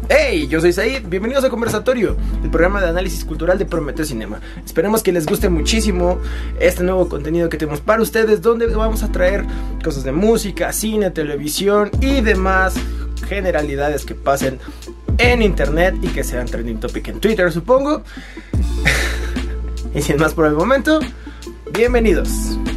Hey, yo soy Said, bienvenidos a Conversatorio, el programa de análisis cultural de Prometeo Cinema. Esperemos que les guste muchísimo este nuevo contenido que tenemos para ustedes, donde vamos a traer cosas de música, cine, televisión y demás generalidades que pasen en internet y que sean trending topic en Twitter, supongo. Y sin más por el momento, bienvenidos.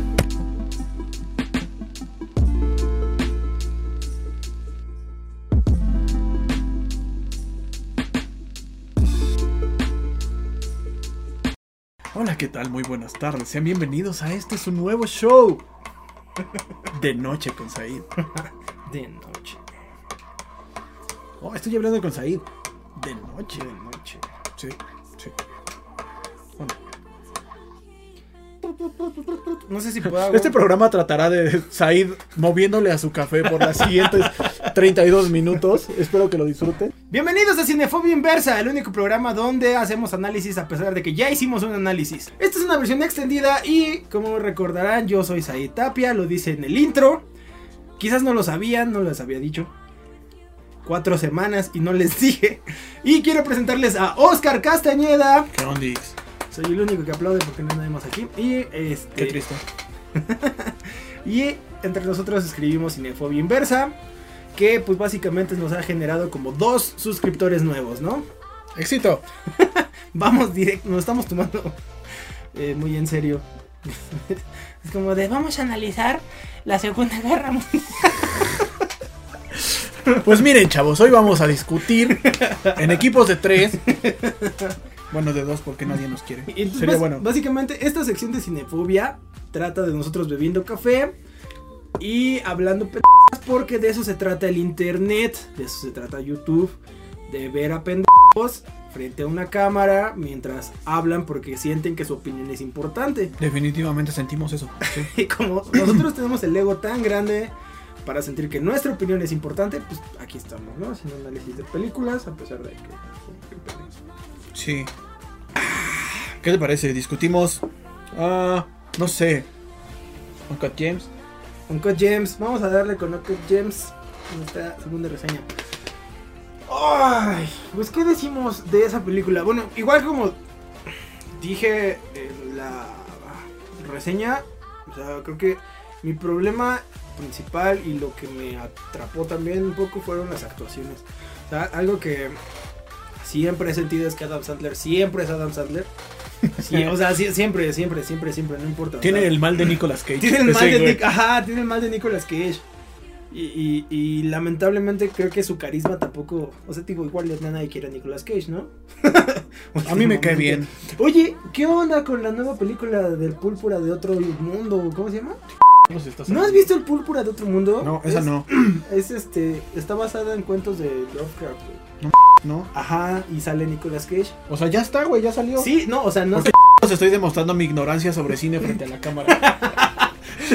Hola, ¿qué tal? Muy buenas tardes. Sean bienvenidos a este su nuevo show de noche con Said. De noche. Oh, estoy hablando con Said. De noche. Sí. Bueno. No sé si puedo. Este programa tratará de Said moviéndole a su café por las siguientes 32 minutos. Espero que lo disfruten. Bienvenidos a Cinefobia Inversa, el único programa donde hacemos análisis a pesar de que ya hicimos un análisis. Esta es una versión extendida y, como recordarán, yo soy Said Tapia, lo dice en el intro. Quizás no lo sabían, no les había dicho. 4 semanas y no les dije. Y quiero presentarles a Oscar Castañeda. ¿Qué ondis? Soy el único que aplaude porque no hay nadie más aquí. Y Qué triste. Y entre nosotros escribimos Cinefobia Inversa, que pues básicamente nos ha generado como 2 suscriptores nuevos, ¿no? ¡Éxito! Vamos directo, nos estamos tomando muy en serio. Es como de, vamos a analizar la Segunda Guerra Mundial. Pues miren, chavos, hoy vamos a discutir en equipos de 3. Bueno, de 2 porque nadie nos quiere. Entonces, Sería bueno. Básicamente esta sección de Cinefobia trata de nosotros bebiendo café y hablando pendejas, porque de eso se trata el internet, de eso se trata YouTube, de ver a pendejos frente a una cámara mientras hablan porque sienten que su opinión es importante. Definitivamente sentimos eso. Sí. Y como nosotros tenemos el ego tan grande para sentir que nuestra opinión es importante, pues aquí estamos, ¿no? Haciendo análisis de películas, a pesar de que... Sí. ¿Qué te parece? Discutimos... no sé. Uncut James. Uncut Gems, vamos a darle con Uncut Gems en esta segunda reseña. Ay, pues ¿qué decimos de esa película? Bueno, igual como dije en la reseña, o sea, creo que mi problema principal y lo que me atrapó también un poco fueron las actuaciones. O sea, algo que siempre he sentido es que Adam Sandler siempre es Adam Sandler. Sí, o sea, siempre, no importa. Tiene el mal de Nicolas Cage. Tiene el mal de Nicolas Cage. Y lamentablemente creo que su carisma tampoco, o sea, digo, igual nadie quiere a Nicolas Cage, ¿no? A mí me cae bien. Oye, ¿qué onda con la nueva película del Púrpura de Otro Mundo? ¿Cómo se llama? ¿No has visto el Púrpura de Otro Mundo? No, esa no. Es está basada en cuentos de Lovecraft, güey. No. Ajá, y sale Nicolas Cage. O sea, ya está, güey, ya salió. Sí, no, o sea, no sé. Os estoy demostrando mi ignorancia sobre cine frente a la cámara.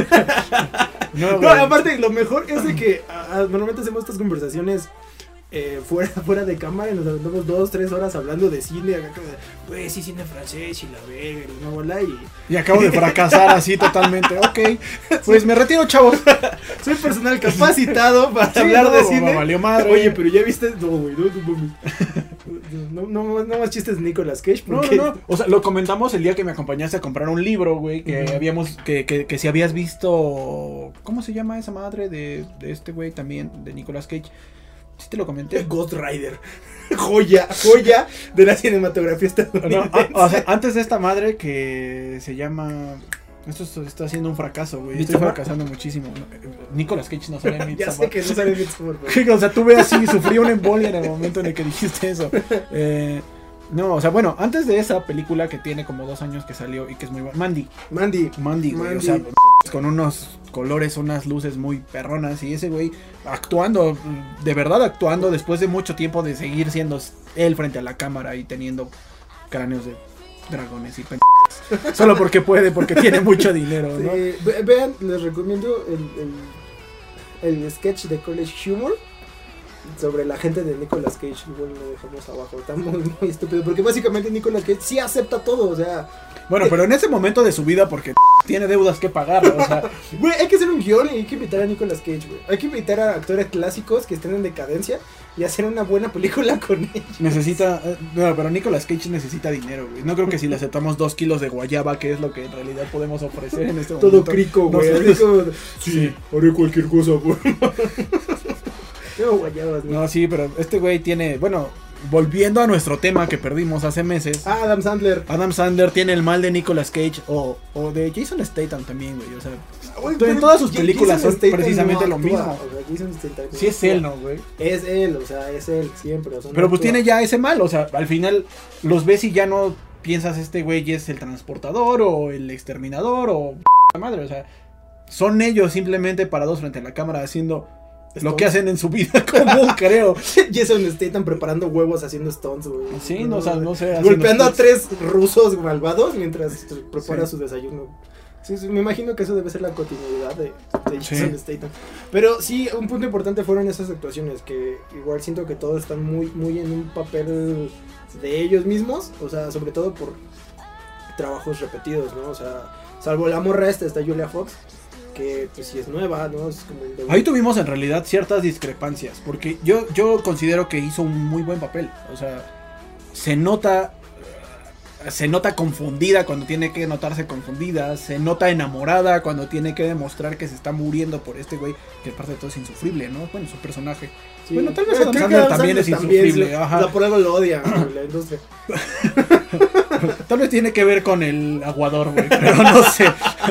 No, aparte, lo mejor es de que normalmente hacemos estas conversaciones fuera de cámara y nos aventamos 2-3 horas hablando de cine. Güey, sí, cine francés y la verga y una bola y acabo de fracasar así totalmente. Ok, pues me retiro, chavos. Soy personal capacitado para hablar de cine. Me valió madre. Oye, pero ya viste. No, güey, no más chistes de Nicolas Cage. Porque... No. O sea, lo comentamos el día que me acompañaste a comprar un libro, güey. Que habíamos. Que si habías visto. ¿Cómo se llama esa madre de este güey también? De Nicolas Cage. Sí te lo comenté. Ghost Rider. Joya de la cinematografía estadounidense. O sea, antes de esta madre que se llama... Esto está siendo un fracaso, güey. Estoy fracasando muchísimo. Nicolas Cage no sale en Midsommar. Ya sé que no sale en Midsommar. O sea, tuve así, sufrí una embolia en el momento en el que dijiste eso. No, o sea, bueno, antes de esa película que tiene como 2 años que salió y que es muy buena. Mandy, güey. O sea, con unos colores, unas luces muy perronas. Y ese güey actuando, de verdad actuando, después de mucho tiempo de seguir siendo él frente a la cámara y teniendo cráneos de dragones y solo porque puede, porque tiene mucho dinero, ¿no? Sí, vean, les recomiendo el sketch de College Humor sobre la gente de Nicolas Cage. Igual lo dejamos abajo, está muy estúpido, porque básicamente Nicolas Cage sí acepta todo, o sea... Bueno, pero en ese momento de su vida, porque tiene deudas que pagar, o sea. Güey, hay que hacer un guión y hay que invitar a Nicolas Cage, güey. Hay que invitar a actores clásicos que estén en decadencia y hacer una buena película con ellos. Necesita, no, pero Nicolas Cage necesita dinero, güey. No creo que si le aceptamos 2 kilos de guayaba, que es lo que en realidad podemos ofrecer en este momento. Todo crico, güey. No, sí, haré cualquier cosa, güey. No, guayabas, no, sí, pero este güey tiene, bueno, volviendo a nuestro tema que perdimos hace meses. Adam Sandler. Adam Sandler tiene el mal de Nicolas Cage o de Jason Statham también, güey. O sea, güey, en todas sus películas Jason son Statham precisamente no lo mismo. O sea, Jason Statham sí es él, ¿no, güey? Es él, o sea, es él siempre. O sea, pero no pues actúa. tiene ya ese mal, o sea, al final los ves y ya no piensas este güey es el transportador o el exterminador o madre, o sea, son ellos simplemente parados frente a la cámara haciendo lo que hacen en su vida común, creo. Jason Statham preparando huevos haciendo stunts, güey. Sí, no, o sea, no sé. Golpeando a 3 rusos malvados mientras prepara su desayuno. Sí, me imagino que eso debe ser la continuidad de Jason Statham. Pero sí, un punto importante fueron esas actuaciones, que igual siento que todos están muy en un papel de ellos mismos, o sea, sobre todo por trabajos repetidos, ¿no? O sea, salvo la morra está Julia Fox, que pues sí es nueva, ¿no? Es como ahí tuvimos en realidad ciertas discrepancias, porque yo considero que hizo un muy buen papel, o sea, se nota confundida cuando tiene que notarse confundida, se nota enamorada cuando tiene que demostrar que se está muriendo por este güey, que aparte de todo es insufrible, ¿no? Bueno, su personaje. Sí. Bueno, tal vez Adam Sandler también es insufrible. Ajá. O sea, por algo lo odia la industria. Tal vez tiene que ver con el aguador, güey, pero no sé.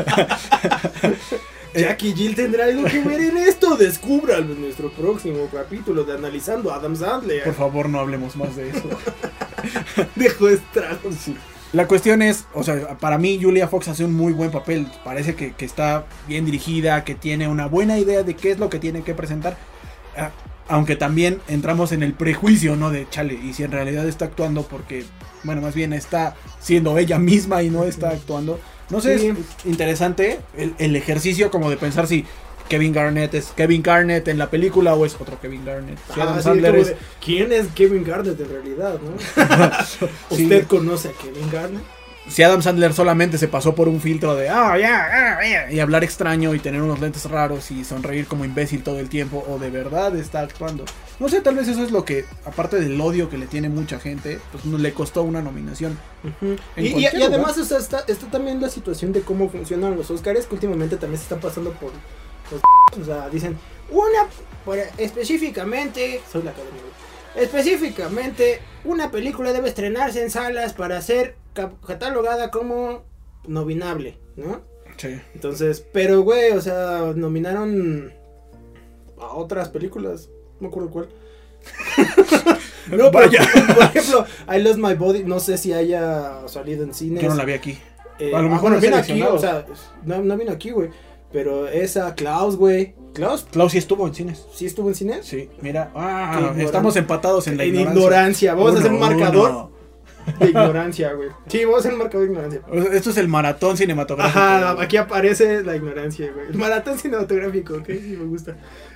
Jackie Jill tendrá algo que ver en esto. Descúbralo en nuestro próximo capítulo de Analizando a Adam Sandler. Por favor, no hablemos más de eso. Dejó estragos. Sí. La cuestión es, o sea, para mí Julia Fox hace un muy buen papel. Parece que está bien dirigida, que tiene una buena idea de qué es lo que tiene que presentar. Aunque también entramos en el prejuicio, ¿no? De chale, y si en realidad está actuando porque, bueno, más bien está siendo ella misma y no está actuando. No sé, sí. Es interesante el ejercicio como de pensar si Kevin Garnett es Kevin Garnett en la película o es otro Kevin Garnett. Si Adam Sandler es... ¿Quién es Kevin Garnett en realidad, no? ¿Usted sí. conoce a Kevin Garnett? Si Adam Sandler solamente se pasó por un filtro de y hablar extraño y tener unos lentes raros y sonreír como imbécil todo el tiempo, o de verdad está actuando. No sé, tal vez eso es lo que, aparte del odio que le tiene mucha gente, pues le costó una nominación. Uh-huh. Y además, o sea, está también la situación de cómo funcionan los Oscars, que últimamente también se están pasando por los o sea, dicen específicamente, soy la academia, específicamente una película debe estrenarse en salas para ser catalogada como nominable, ¿no? Sí. Entonces, pero güey, o sea, nominaron a otras películas, no me acuerdo cuál. No, vaya. Por ejemplo, I Lost My Body, no sé si haya salido en cines. Yo no la vi aquí. A lo mejor no vino aquí, o sea, no vino aquí, güey. Pero esa Klaus, güey. ¿Klaus sí estuvo en cines. ¿Sí estuvo en cines? Sí, mira. Estamos empatados en la ignorancia. Vamos a hacer un marcador de ignorancia, güey. Sí, vamos a hacer un marcador de ignorancia. Esto es el maratón cinematográfico. Ajá, aquí aparece la ignorancia, güey. El maratón cinematográfico, ok, sí me gusta.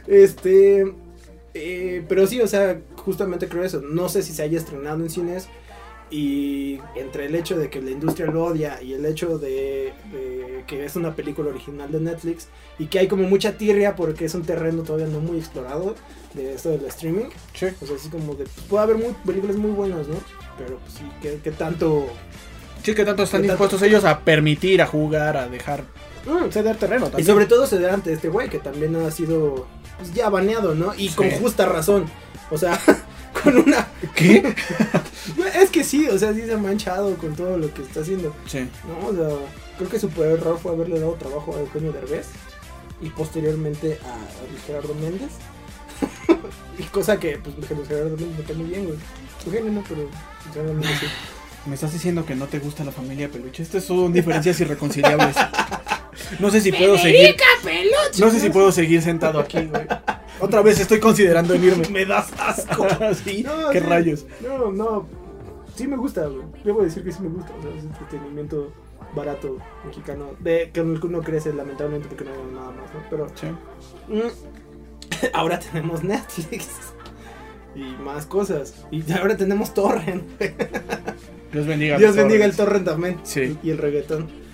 Pero sí, o sea, justamente creo eso. No sé si se haya estrenado en cines. Y entre el hecho de que la industria lo odia y el hecho de que es una película original de Netflix y que hay como mucha tirria porque es un terreno todavía no muy explorado de esto del streaming, sí. O sea, así como de, puede haber películas muy buenas, ¿no? Pero pues sí, que tanto... Sí, que tanto están dispuestos ellos a permitir, a jugar, a dejar ceder terreno también. Y sobre todo ceder ante este güey que también ha sido pues, ya baneado, ¿no? Y sí. Con justa razón, o sea... Con una... ¿Qué? Es que sí, o sea, sí se ha manchado con todo lo que está haciendo. Sí. No, o sea, creo que su peor error fue haberle dado trabajo a Eugenio Derbez y posteriormente a Luis Gerardo Méndez. Y cosa que, pues, Luis Gerardo Méndez me cae muy bien, güey. Eugenio no, pero sinceramente sí. Me estás diciendo que no te gusta la familia Peluche. Estas son diferencias irreconciliables. No sé si puedo seguir. Peluche. No sé si puedo seguir sentado aquí, güey. Otra vez estoy considerando en irme. Me das asco. ¿Sí? No, ¿qué sí, rayos? No. Sí me gusta, güey. Debo decir que sí me gusta. O sea, es entretenimiento barato mexicano. De que uno crece, lamentablemente, porque no hay nada más, ¿no? Pero. Sí. Ahora tenemos Netflix. Y más cosas. Y ahora tenemos Torrent. Dios bendiga el Torrent también. Sí. Y el reggaetón.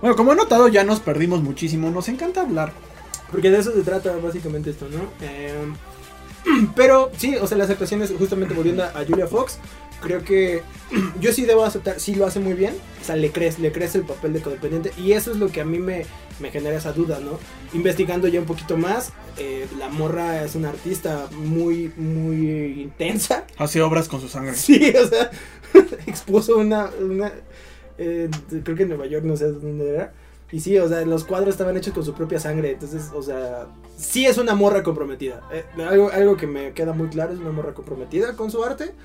Bueno, como he notado, ya nos perdimos muchísimo. Nos encanta hablar. Porque de eso se trata básicamente esto, ¿no? Pero sí, o sea, las actuaciones, justamente volviendo a Julia Fox, creo que yo sí debo aceptar, sí lo hace muy bien. O sea, le crees el papel de codependiente. Y eso es lo que a mí me genera esa duda, ¿no? Investigando ya un poquito más, la morra es una artista muy, muy intensa. Hace obras con su sangre. Sí, o sea, expuso una creo que en Nueva York, no sé dónde era. Y sí, o sea, los cuadros estaban hechos con su propia sangre. Entonces, o sea, sí es una morra comprometida. Algo que me queda muy claro, es una morra comprometida con su arte.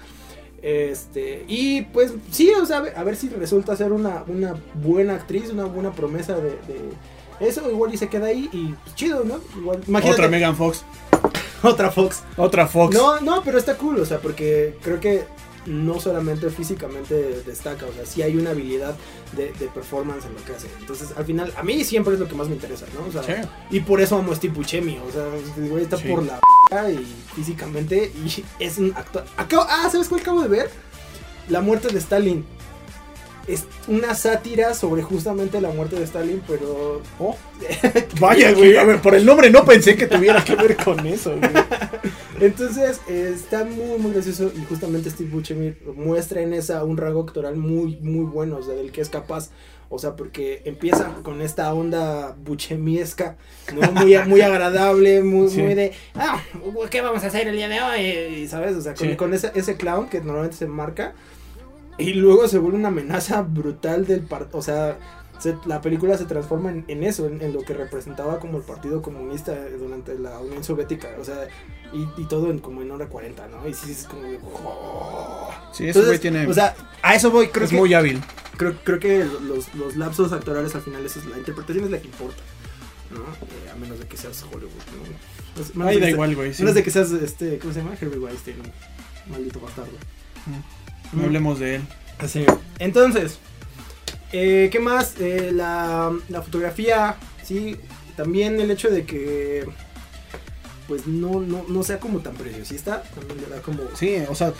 Y pues sí, o sea, a ver si resulta ser una buena actriz, una buena promesa de eso. Igual y se queda ahí y pues, chido, ¿no? Igual, imagínate. Otra Megan Fox. Otra Fox. Otra Fox. No, pero está cool, o sea, porque creo que no solamente físicamente destaca, o sea, sí hay una habilidad de performance en lo que hace. Entonces, al final, a mí siempre es lo que más me interesa, ¿no? O sea, sí. Y por eso amo a Steve Buscemi, o sea, el güey está por la y físicamente, y es un actor. ¿Sabes cuál acabo de ver? La muerte de Stalin. Es una sátira sobre justamente la muerte de Stalin, pero... Oh. Vaya, güey, a ver, por el nombre no pensé que tuviera que ver con eso, güey. Entonces, está muy, muy gracioso, y justamente Steve Buscemi muestra en esa un rango actoral muy, muy bueno, o sea, del que es capaz. O sea, porque empieza con esta onda buchemiesca, ¿no? Muy agradable, muy de, ¿qué vamos a hacer el día de hoy? ¿Sabes? O sea, con ese clown que normalmente se marca. Y luego se vuelve una amenaza brutal o sea, la película se transforma en eso, en lo que representaba como el Partido Comunista durante la Unión Soviética, o sea, y todo como en hora 40, ¿no? Y sí, es como de... Sí, eso güey tiene... O sea, a eso voy, creo es que... muy hábil. Creo que los lapsos actorales al final, eso es, la interpretación es la que importa, ¿no? A menos de que seas Hollywood, ¿no? Ahí da igual, güey. Sí. Menos de que seas, ¿cómo se llama? Harvey Weinstein, maldito bastardo. No hablemos de él. Así. Entonces, ¿qué más? La fotografía, sí. También el hecho de que pues no sea como tan preciosista, también le da como... Sí, o sea,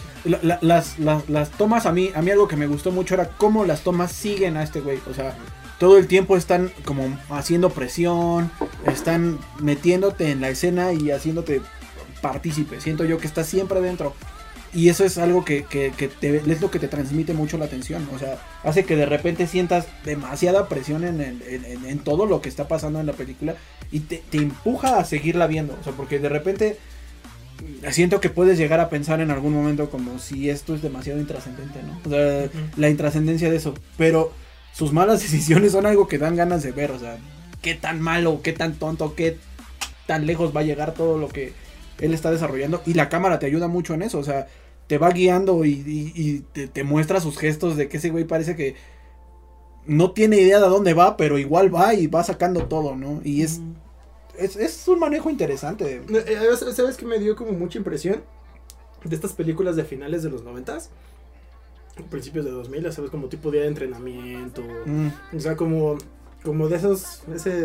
las tomas, a mí algo que me gustó mucho era cómo las tomas siguen a este güey, o sea, todo el tiempo están como haciendo presión, están metiéndote en la escena y haciéndote partícipe, siento yo que estás siempre dentro. Y eso es algo que es lo que te transmite mucho la atención. O sea, hace que de repente sientas demasiada presión en todo lo que está pasando en la película. Y te empuja a seguirla viendo. O sea, porque de repente siento que puedes llegar a pensar en algún momento como si esto es demasiado intrascendente, ¿no? O sea, la intrascendencia de eso. Pero sus malas decisiones son algo que dan ganas de ver. O sea, qué tan malo, qué tan tonto, qué tan lejos va a llegar todo lo que él está desarrollando, y la cámara te ayuda mucho en eso, o sea, te va guiando y te muestra sus gestos de que ese güey parece que no tiene idea de dónde va, pero igual va y va sacando todo, ¿no? Y es un manejo interesante. ¿Sabes qué me dio como mucha impresión? De estas películas de finales de los 90s, principios de 2000, ¿sabes? Como tipo día de entrenamiento, o sea, como de esos,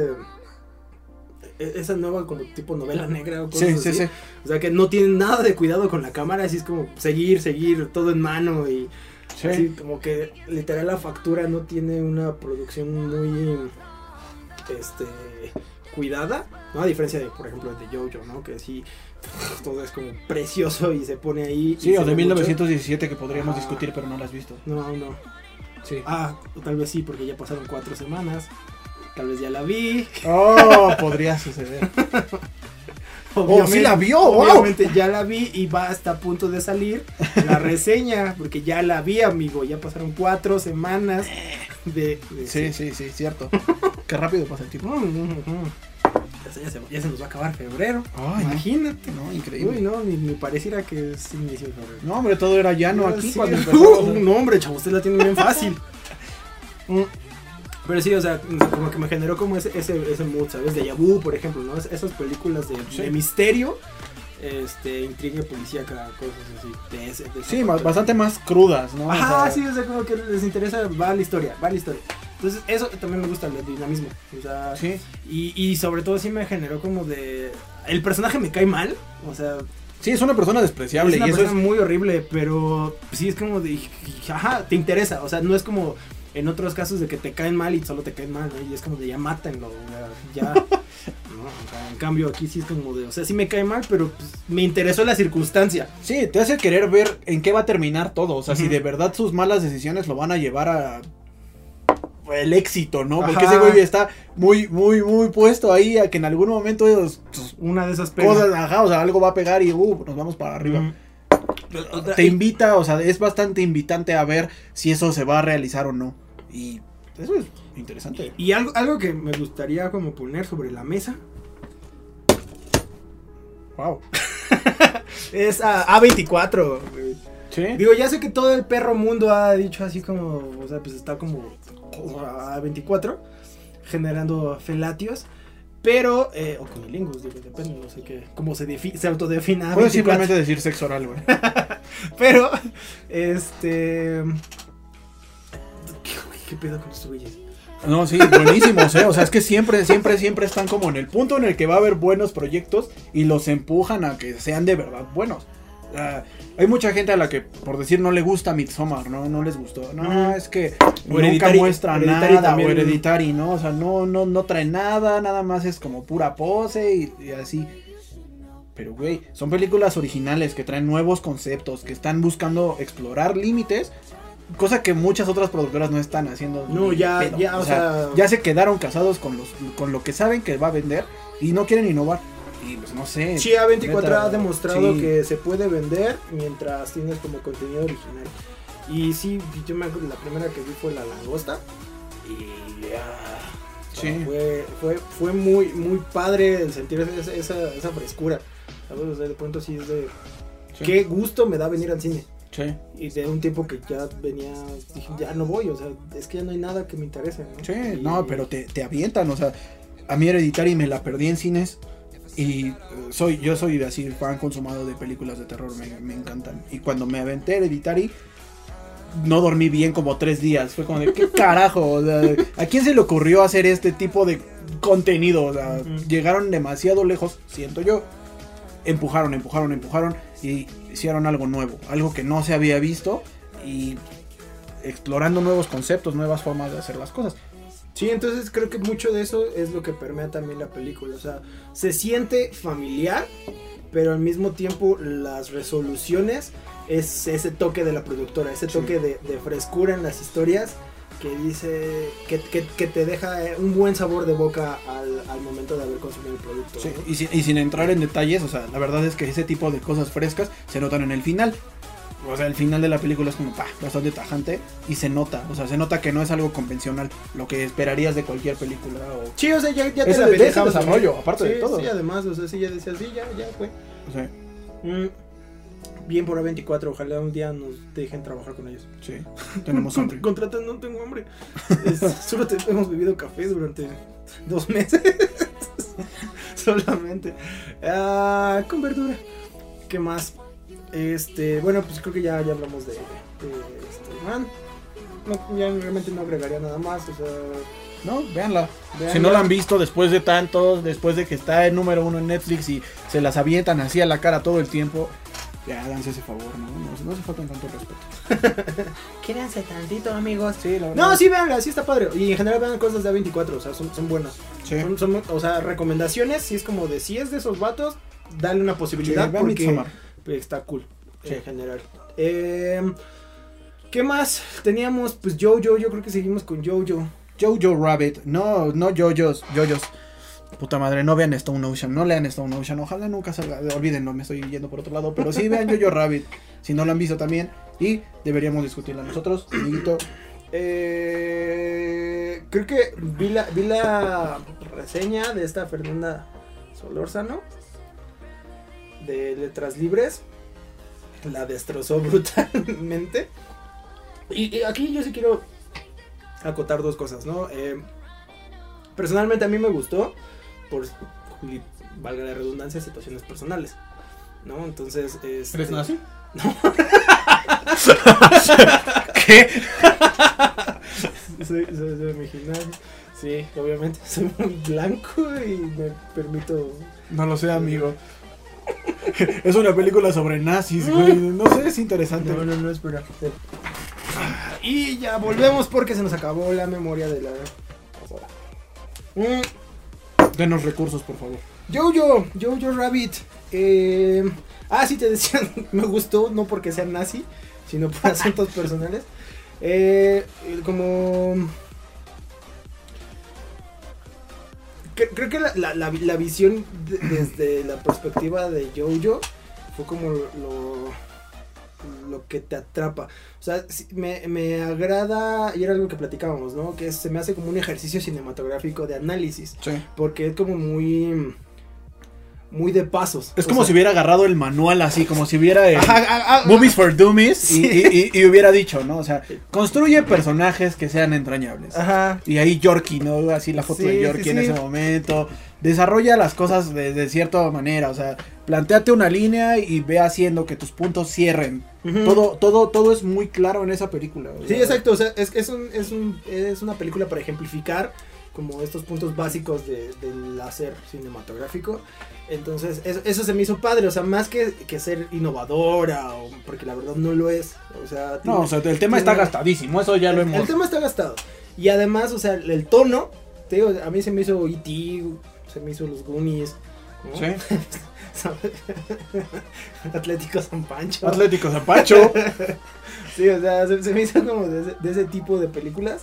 esa nueva como tipo novela negra o cosas así. Sí. O sea, que no tienen nada de cuidado con la cámara, así es como seguir todo en mano y así como que literal la factura no tiene una producción muy cuidada, ¿no? A diferencia de, por ejemplo, de Jojo, ¿no? Que sí todo es como precioso y se pone ahí. Sí, o de 1917 que podríamos discutir, pero no lo has visto. No. Sí. Tal vez sí, porque ya pasaron 4 semanas. Tal vez ya la vi. Podría suceder. Sí la vio. Obviamente ya la vi y va hasta a punto de salir la reseña, porque ya la vi, amigo. Ya pasaron 4 semanas Sí, cierto. Qué rápido pasa el tiempo. Ya se nos va a acabar febrero. Imagínate. No, increíble. Uy, no, ni pareciera que es inicio de febrero. No, hombre, todo era llano aquí cuando empezó. No, hombre, chavo, usted la tiene bien fácil. Pero sí, o sea, como que me generó como ese mood, ¿sabes? De Yabu, por ejemplo, ¿no? Esas películas de misterio, intriga policíaca, cosas así. Sí, bastante más crudas, ¿no? Ajá, sí, o sea, como que les interesa, va la historia. Entonces, eso también me gusta, el dinamismo. O sea, sí. Y sobre todo sí me generó como de... El personaje me cae mal, o sea... Sí, es una persona despreciable. Es una persona muy horrible, pero sí es como de... Ajá, te interesa, o sea, no es como... en otros casos de que te caen mal y solo te caen mal, ¿no? Y es como de ya mátenlo, ya. ¿no? O sea, en cambio aquí sí es como de, o sea, sí me cae mal, pero pues, me interesó la circunstancia. Sí, te hace querer ver en qué va a terminar todo, o sea, si de verdad sus malas decisiones lo van a llevar a el éxito, ¿no? Porque ese güey está muy puesto ahí a que en algún momento una de esas cosas, o sea, algo va a pegar y nos vamos para arriba. Te invita, o sea, es bastante invitante a ver si eso se va a realizar o no. Y eso es interesante. Y algo que me gustaría como poner sobre la mesa. Wow. Es A24. ¿Sí? Digo, ya sé que todo el perro mundo ha dicho así como, o sea, pues está como A24 generando felatios. Pero, o cunilingus, digo, depende, no sé qué, cómo se autodefina. Puedes simplemente decir sexo oral, güey. Pero, ¿Qué pedo con estos güeyes? No, sí, buenísimos, o sea, es que siempre están como en el punto en el que va a haber buenos proyectos y los empujan a que sean de verdad buenos. Hay mucha gente a la que, por decir, no le gusta Midsommar, no les gustó. No, es que nunca muestra nada, o Hereditary, ¿no? O sea, no trae nada más es como pura pose y así. Pero, güey, son películas originales que traen nuevos conceptos, que están buscando explorar límites, cosa que muchas otras productoras no están haciendo. No, o sea, ya se quedaron casados con lo que saben que va a vender y no quieren innovar. Y pues no sé. Sí, A24 ha demostrado que se puede vender mientras tienes como contenido original. Y sí, yo me acuerdo, la primera que vi fue La Langosta. Y sí. fue muy padre el sentir esa frescura. ¿Sabes? O sea, de pronto sí es de... Sí. Qué gusto me da venir al cine. Sí. Y de un tiempo que ya venía, dije, ya no voy, o sea, es que ya no hay nada que me interese, ¿no? Sí, no, pero te avientan, o sea, a mí Hereditary me la perdí en cines. Y yo soy así fan consumado de películas de terror, me encantan. Y cuando me aventé Hereditary, no dormí bien como 3 días. Fue como de, ¿qué carajo? O sea, ¿a quién se le ocurrió hacer este tipo de contenido? O sea, llegaron demasiado lejos, siento yo. Empujaron y hicieron algo nuevo, algo que no se había visto y explorando nuevos conceptos, nuevas formas de hacer las cosas. Sí, entonces creo que mucho de eso es lo que permea también la película, o sea, se siente familiar, pero al mismo tiempo las resoluciones es ese toque de la productora, ese toque de frescura en las historias que dice que te deja un buen sabor de boca al momento de haber consumido el producto. Sí, ¿no? y sin entrar en detalles, o sea, la verdad es que ese tipo de cosas frescas se notan en el final. O sea, el final de la película es como bastante tajante y se nota que no es algo convencional, lo que esperarías de cualquier película. Sí, o sea, ya te la dejabas desarrollo, aparte de todo. Sí, además, o sea, sí, ya decías, sí, ya fue. Sí. Bien por A24, ojalá un día nos dejen trabajar con ellos. Sí, tenemos hambre. Contratan, no tengo hambre. Solo hemos bebido café durante 2 meses. Solamente. Con verdura. ¿Qué más? Bueno, pues creo que ya hablamos de man. No, ya realmente no agregaría nada más, o sea... No, véanla. Si no la han visto después de tantos, después de que está el número 1 en Netflix y se las avientan así a la cara todo el tiempo, ya háganse ese favor, no se falten tanto respeto. Quédense tantito, amigos. Sí, la verdad. No, sí, véanla, sí está padre. Y en general vean cosas de A24, o sea, son buenas. Sí. Son, o sea, recomendaciones, si es como de, si es de esos vatos, dale una posibilidad, sí, porque está cool, sí. En general. ¿Qué más? Teníamos, pues, Jojo, yo creo que seguimos con Jojo. Jojo Rabbit, no Jojos. Puta madre, no vean Stone Ocean, no lean Stone Ocean, ojalá nunca salga, olvídenlo, me estoy yendo por otro lado, pero sí vean Jojo Rabbit, si no lo han visto también, y deberíamos discutirla nosotros, amiguito. Creo que vi la reseña de esta Fernanda Solórzano, de Letras Libres, la destrozó brutalmente, y aquí yo sí quiero acotar 2 cosas, ¿no? Personalmente a mí me gustó, por, valga la redundancia, situaciones personales, ¿no? Entonces, ¿Eres nazi? No. ¿Qué? soy mexicano. Sí, obviamente, soy muy blanco y me permito... No lo sé, amigo. Es una película sobre nazis, güey. No sé, es interesante. No, espera. Y ya volvemos porque se nos acabó la memoria de la pasada. Denos recursos, por favor. Jojo Rabbit. Sí, te decía, me gustó, no porque sea nazi, sino por asuntos personales. Creo que la visión desde la perspectiva de Jojo fue como lo que te atrapa. O sea, me agrada, y era algo que platicábamos, ¿no? Que se me hace como un ejercicio cinematográfico de análisis. Sí. Porque es como muy de pasos. Es como si hubiera agarrado el manual así, como si hubiera Movies for Dummies, sí. y hubiera dicho, ¿no? O sea, construye personajes que sean entrañables. Ajá. Y ahí Yorkie, ¿no? Así la foto de Yorkie en ese momento. Desarrolla las cosas de cierta manera, o sea, plantéate una línea y ve haciendo que tus puntos cierren. Uh-huh. Todo es muy claro en esa película. Sí, exacto, o sea, es una película para ejemplificar como estos puntos básicos del hacer cinematográfico. Entonces, eso se me hizo padre, o sea, más que ser innovadora, porque la verdad no lo es. O sea, el tema está gastadísimo, eso ya lo hemos... El tema está gastado. Y además, o sea, el tono, te digo, a mí se me hizo E.T., se me hizo los Goonies, ¿no? Sí. Atlético San Pancho. Sí, o sea, se me hizo como de ese tipo de películas.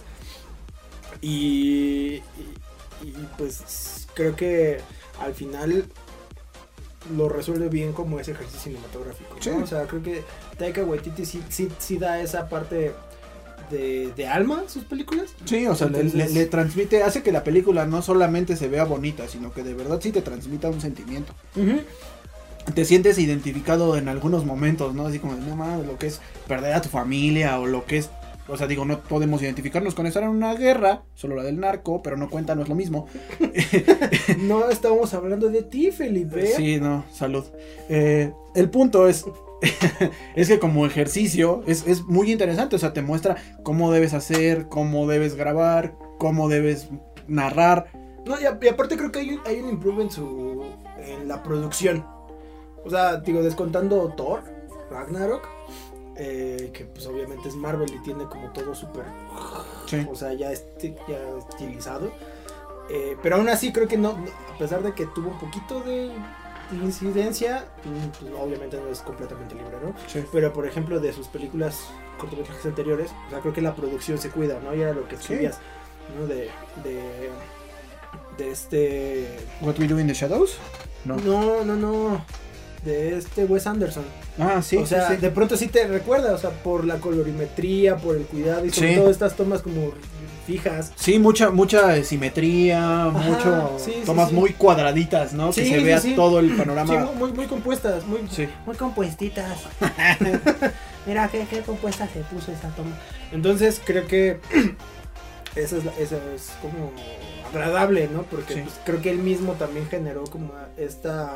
Y pues creo que al final lo resuelve bien como ese ejercicio cinematográfico, ¿no? Sí. O sea, creo que Taika Waititi sí da esa parte de alma a sus películas. Sí, o sea, entonces, le transmite, hace que la película no solamente se vea bonita, sino que de verdad sí te transmita un sentimiento. Uh-huh. Te sientes identificado en algunos momentos, ¿no? Así como, no mames, lo que es perder a tu familia o lo que es... O sea, digo, no podemos identificarnos con estar en una guerra, solo la del narco, pero no cuenta, no es lo mismo. No estábamos hablando de ti, Felipe. Sí, no, salud. El punto es que como ejercicio es muy interesante, o sea, te muestra cómo debes hacer, cómo debes grabar, cómo debes narrar. No, y aparte creo que hay un improvement en la producción. O sea, digo, descontando Thor, Ragnarok, que pues obviamente es Marvel y tiene como todo súper, sí. O sea, ya estilizado, pero aún así creo que no, a pesar de que tuvo un poquito de incidencia, pues obviamente no es completamente libre, ¿no? Sí. Pero por ejemplo de sus películas cortometrajes anteriores, o sea, creo que la producción se cuida, ¿no? Y era lo que escribías, sí. ¿No? De What We Do in the Shadows? No. De Wes Anderson. Ah, sí. O sea, sí. De pronto sí te recuerda, o sea, por la colorimetría, por el cuidado y sobre todo estas tomas como fijas. Sí, mucha simetría, tomas muy cuadraditas, ¿no? Sí, que se vea todo el panorama. Sí, muy compuestas, muy compuestitas. Mira qué compuesta se puso esta toma. Entonces creo que eso es como agradable, ¿no? Porque sí. Pues, creo que él mismo también generó como esta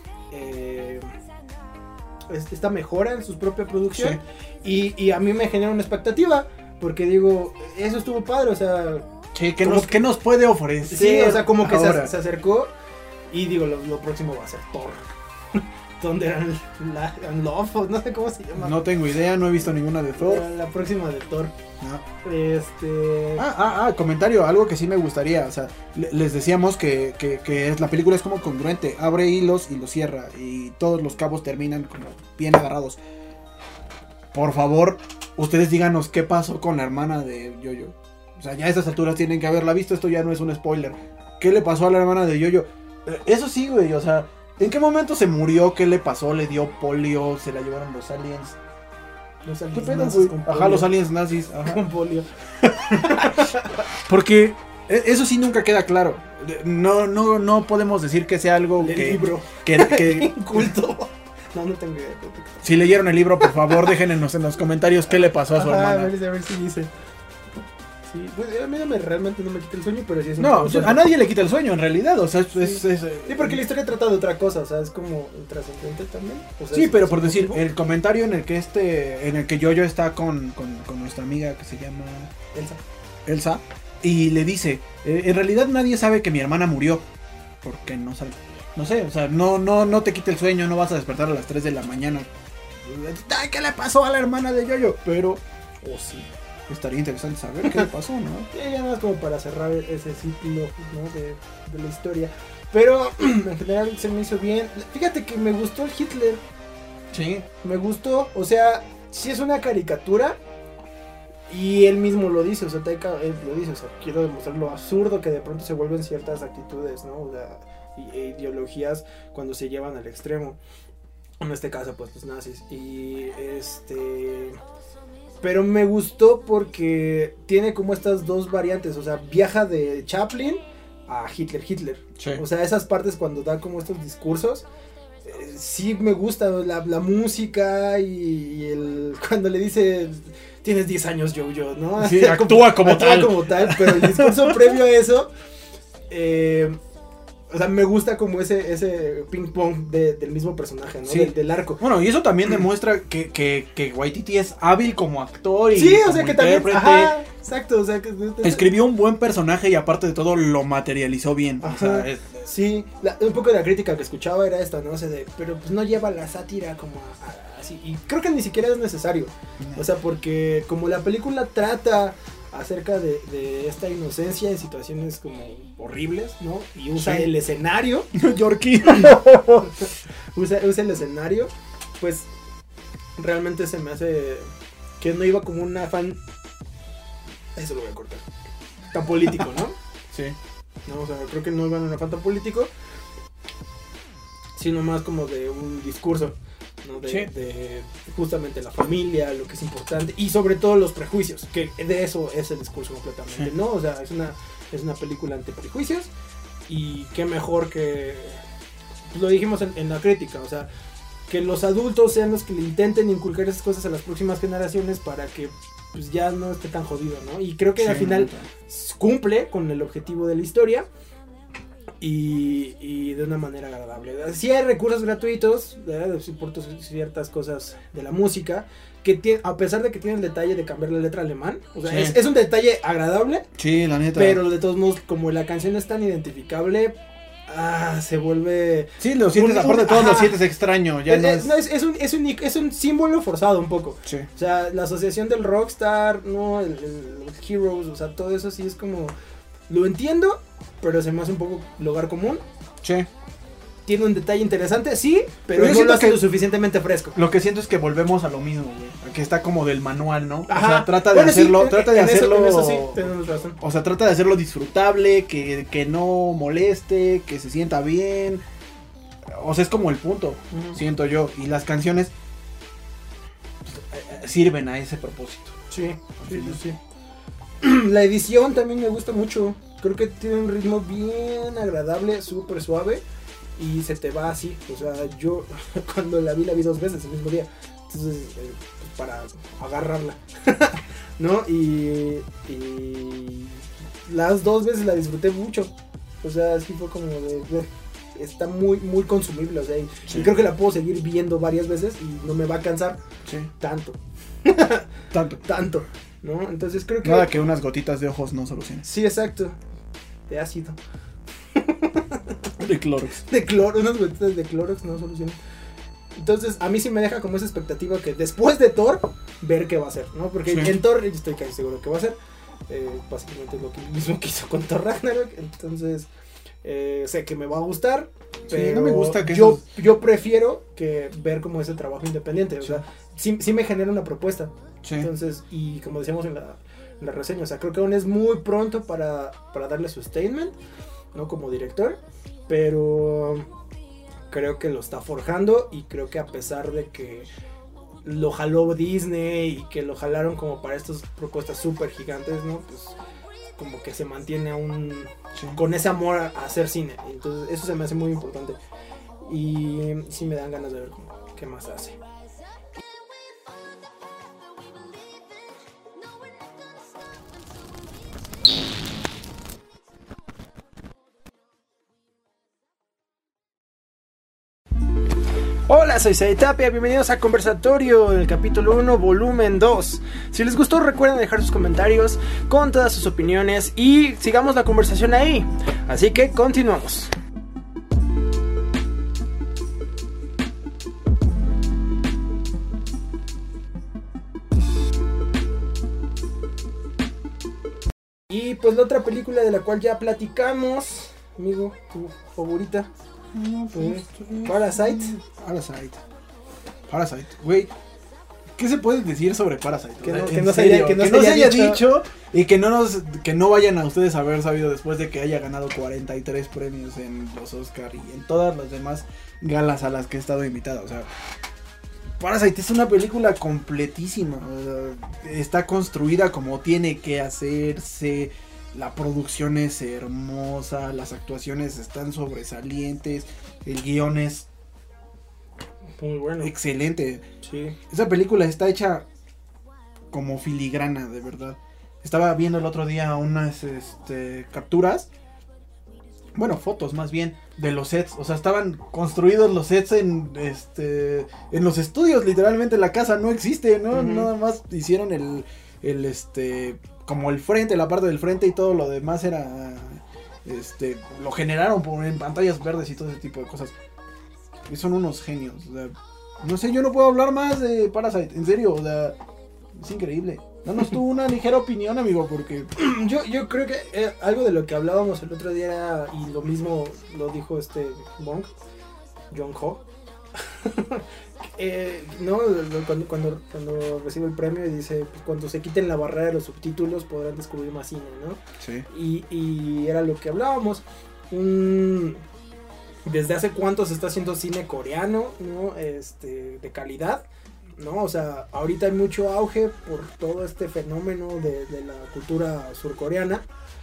mejora en su propia producción, sí. y a mí me genera una expectativa porque digo, eso estuvo padre, o sea, sí, ¿qué nos puede ofrecer? Sí, o sea, como que se acercó y digo, lo próximo va a ser Thor. Thunder and Love, no sé cómo se llama. No tengo idea, no he visto ninguna de Thor. La próxima de Thor. No. Comentario, algo que sí me gustaría, o sea, les decíamos que la película es como congruente, abre hilos y los cierra, y todos los cabos terminan como bien agarrados. Por favor, ustedes díganos qué pasó con la hermana de Jojo. O sea, ya a estas alturas tienen que haberla visto, esto ya no es un spoiler. ¿Qué le pasó a la hermana de Jojo? Eso sí, güey, o sea, ¿en qué momento se murió? ¿Qué le pasó? ¿Le dio polio? ¿Se la llevaron los aliens? ¿Qué pedo, güey? Ajá, los aliens nazis. Ajá. Con polio. Porque eso sí nunca queda claro. No podemos decir que sea algo el libro. Que culto. No tengo idea. Si leyeron el libro, por favor, déjenos en los comentarios qué le pasó a su hermana. A ver si dice. Sí, pues a mí realmente no me quita el sueño, pero sí es un a nadie le quita el sueño en realidad, o sea, sí, porque la historia trata de otra cosa, o sea, es como trascendente también. O sea, sí, pero por decir, el comentario en el que Jojo está con nuestra amiga que se llama Elsa, y le dice, en realidad nadie sabe que mi hermana murió, porque no sabe. No sé, o sea, no te quita el sueño, no vas a despertar a las 3 de la mañana. ¿Qué le pasó a la hermana de Jojo? Pero, sí. estaría interesante saber qué le pasó, ¿no? Ya nada más como para cerrar ese ciclo, ¿no? de la historia. Pero en general se me hizo bien. Fíjate que me gustó el Hitler. Sí. Me gustó, o sea, sí es una caricatura. Y él mismo lo dice, o sea, Taika lo dice, o sea, quiero demostrar lo absurdo que de pronto se vuelven ciertas actitudes, ¿no? O sea, ideologías cuando se llevan al extremo. En este caso, pues, los nazis. Y pero me gustó porque tiene como estas dos variantes, o sea, viaja de Chaplin a Hitler. Sí. O sea, esas partes cuando da como estos discursos, sí me gusta la música y cuando le dice tienes 10 años yo, ¿no? Sí, actúa como tal, pero el discurso previo a eso, o sea, me gusta como ese ping pong del mismo personaje, ¿no? Sí. Del arco. Bueno, y eso también demuestra que Waititi es hábil como actor y sí, o como sea, que también, intérprete. exacto, o sea, que escribió un buen personaje y aparte de todo lo materializó bien. Ajá, o sea, sí, un poco de la crítica que escuchaba era esta, ¿no? O sea, pero pues no lleva la sátira como así, y creo que ni siquiera es necesario, o sea, porque como la película trata acerca de esta inocencia en situaciones como horribles, ¿no? Y usa el escenario. Yorkie. usa el escenario, pues realmente se me hace que no iba como un afán. Eso lo voy a cortar. Tan político, ¿no? Sí. No, o sea, creo que no iba en un afán tan político, sino más como de un discurso, ¿no? De justamente la familia, lo que es importante y sobre todo los prejuicios, que de eso es el discurso completamente, ¿no? O sea, es una película ante prejuicios y qué mejor que lo dijimos en la crítica, o sea, que los adultos sean los que le intenten inculcar esas cosas a las próximas generaciones para que pues ya no esté tan jodido, ¿no? Y creo que al final cumple con el objetivo de la historia. Y de una manera agradable. Sí hay recursos gratuitos, por ciertas cosas de la música, que a pesar de que tiene el detalle de cambiar la letra alemán, o sea, es un detalle agradable. Sí, la neta. Pero de todos modos, como la canción es tan identificable, se vuelve... Sí, lo sientes, aparte de todo lo sientes extraño. Ya es un símbolo forzado un poco. Sí. O sea, la asociación del rockstar, ¿no? El Heroes, o sea, todo eso sí es como... Lo entiendo, pero se me hace un poco lugar común. Sí. Tiene un detalle interesante, sí, pero no lo hace lo suficientemente fresco. Lo que siento es que volvemos a lo mismo, güey. Que está como del manual, ¿no? Ajá. O sea, trata de hacerlo. Sí, trata de hacerlo. Eso sí, tenemos razón. O sea, trata de hacerlo disfrutable, que no moleste, que se sienta bien. O sea, es como el punto, siento yo. Y las canciones sirven a ese propósito. Sí. La edición también me gusta mucho. Creo que tiene un ritmo bien agradable, súper suave. Y se te va así. O sea, yo cuando la vi 2 veces el mismo día. Entonces, para agarrarla. ¿No? Y las 2 veces la disfruté mucho. O sea, así fue como está muy, muy consumible. O sea, y creo que la puedo seguir viendo varias veces y no me va a cansar tanto. ¿No? Entonces creo que... Nada que unas gotitas de ojos no solucionen. Sí, exacto. De ácido. De Clorox. Unas gotitas de Clorox no solucionan. Entonces a mí sí me deja como esa expectativa que después de Thor, ver qué va a hacer, ¿no? Porque en Thor yo estoy casi seguro que va a hacer. Básicamente es lo mismo que hizo con Thor Ragnarok. Entonces sé que me va a gustar. Pero no me gusta que yo prefiero que ver como ese trabajo independiente. O sea, sí me genera una propuesta. Sí. Entonces, y como decíamos en la reseña, o sea, creo que aún es muy pronto para darle su statement, ¿no? Como director, pero creo que lo está forjando y creo que a pesar de que lo jaló Disney y que lo jalaron como para estas propuestas súper gigantes, ¿no? Pues como que se mantiene aún con ese amor a hacer cine. Entonces eso se me hace muy importante y sí me dan ganas de ver qué más hace. Hola, soy Sai Tapia, bienvenidos a Conversatorio, el capítulo 1, volumen 2. Si les gustó, recuerden dejar sus comentarios con todas sus opiniones y sigamos la conversación ahí. Así que continuamos. Y pues la otra película de la cual ya platicamos, amigo, tu favorita, Parasite. Güey. ¿Qué se puede decir sobre Parasite? Que no se haya dicho y que no vayan a ustedes a haber sabido después de que haya ganado 43 premios en los Oscar y en todas las demás galas a las que he estado invitada. O sea, Parasite es una película completísima. Está construida como tiene que hacerse. La producción es hermosa, las actuaciones están sobresalientes, el guión es muy bueno, excelente. Sí. Esa película está hecha como filigrana, de verdad. Estaba viendo el otro día unas capturas, bueno, fotos más bien, de los sets. O sea, estaban construidos los sets en los estudios, literalmente la casa no existe, ¿no? Nada más hicieron el como el frente, la parte del frente, y todo lo demás era lo generaron en pantallas verdes y todo ese tipo de cosas. Y son unos genios. O sea, no sé, yo no puedo hablar más de Parasite, en serio, o sea, es increíble. Danos tú una ligera opinión, amigo, porque yo creo que algo de lo que hablábamos el otro día era, y lo mismo lo dijo Bong Joon-ho. No, cuando recibe el premio y dice, pues, cuando se quiten la barrera de los subtítulos podrán descubrir más cine, ¿no? Sí. Y era lo que hablábamos. Desde hace cuánto se está haciendo cine coreano, ¿no? De calidad, ¿no? O sea, ahorita hay mucho auge por todo este fenómeno de la cultura surcoreana.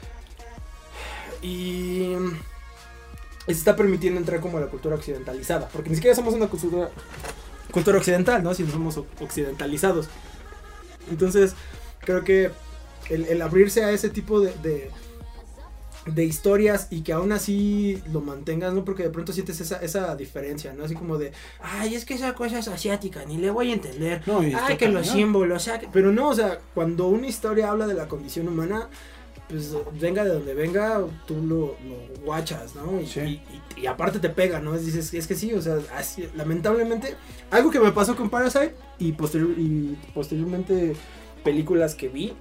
Y se está permitiendo entrar como a la cultura occidentalizada, porque ni siquiera somos una cultura occidental, ¿no? Sino somos occidentalizados. Entonces, creo que el abrirse a ese tipo de historias y que aún así lo mantengas, ¿no? Porque de pronto sientes esa diferencia, ¿no? Así como de, ay, es que esa cosa es asiática, ni le voy a entender. No, ay, que los símbolos, pero no, o sea, cuando una historia habla de la condición humana, pues venga de donde venga, tú lo guachas, ¿no? Y aparte te pega, ¿no? Dices, es que sí, o sea, así, lamentablemente, algo que me pasó con Parasite y posteriormente películas que vi,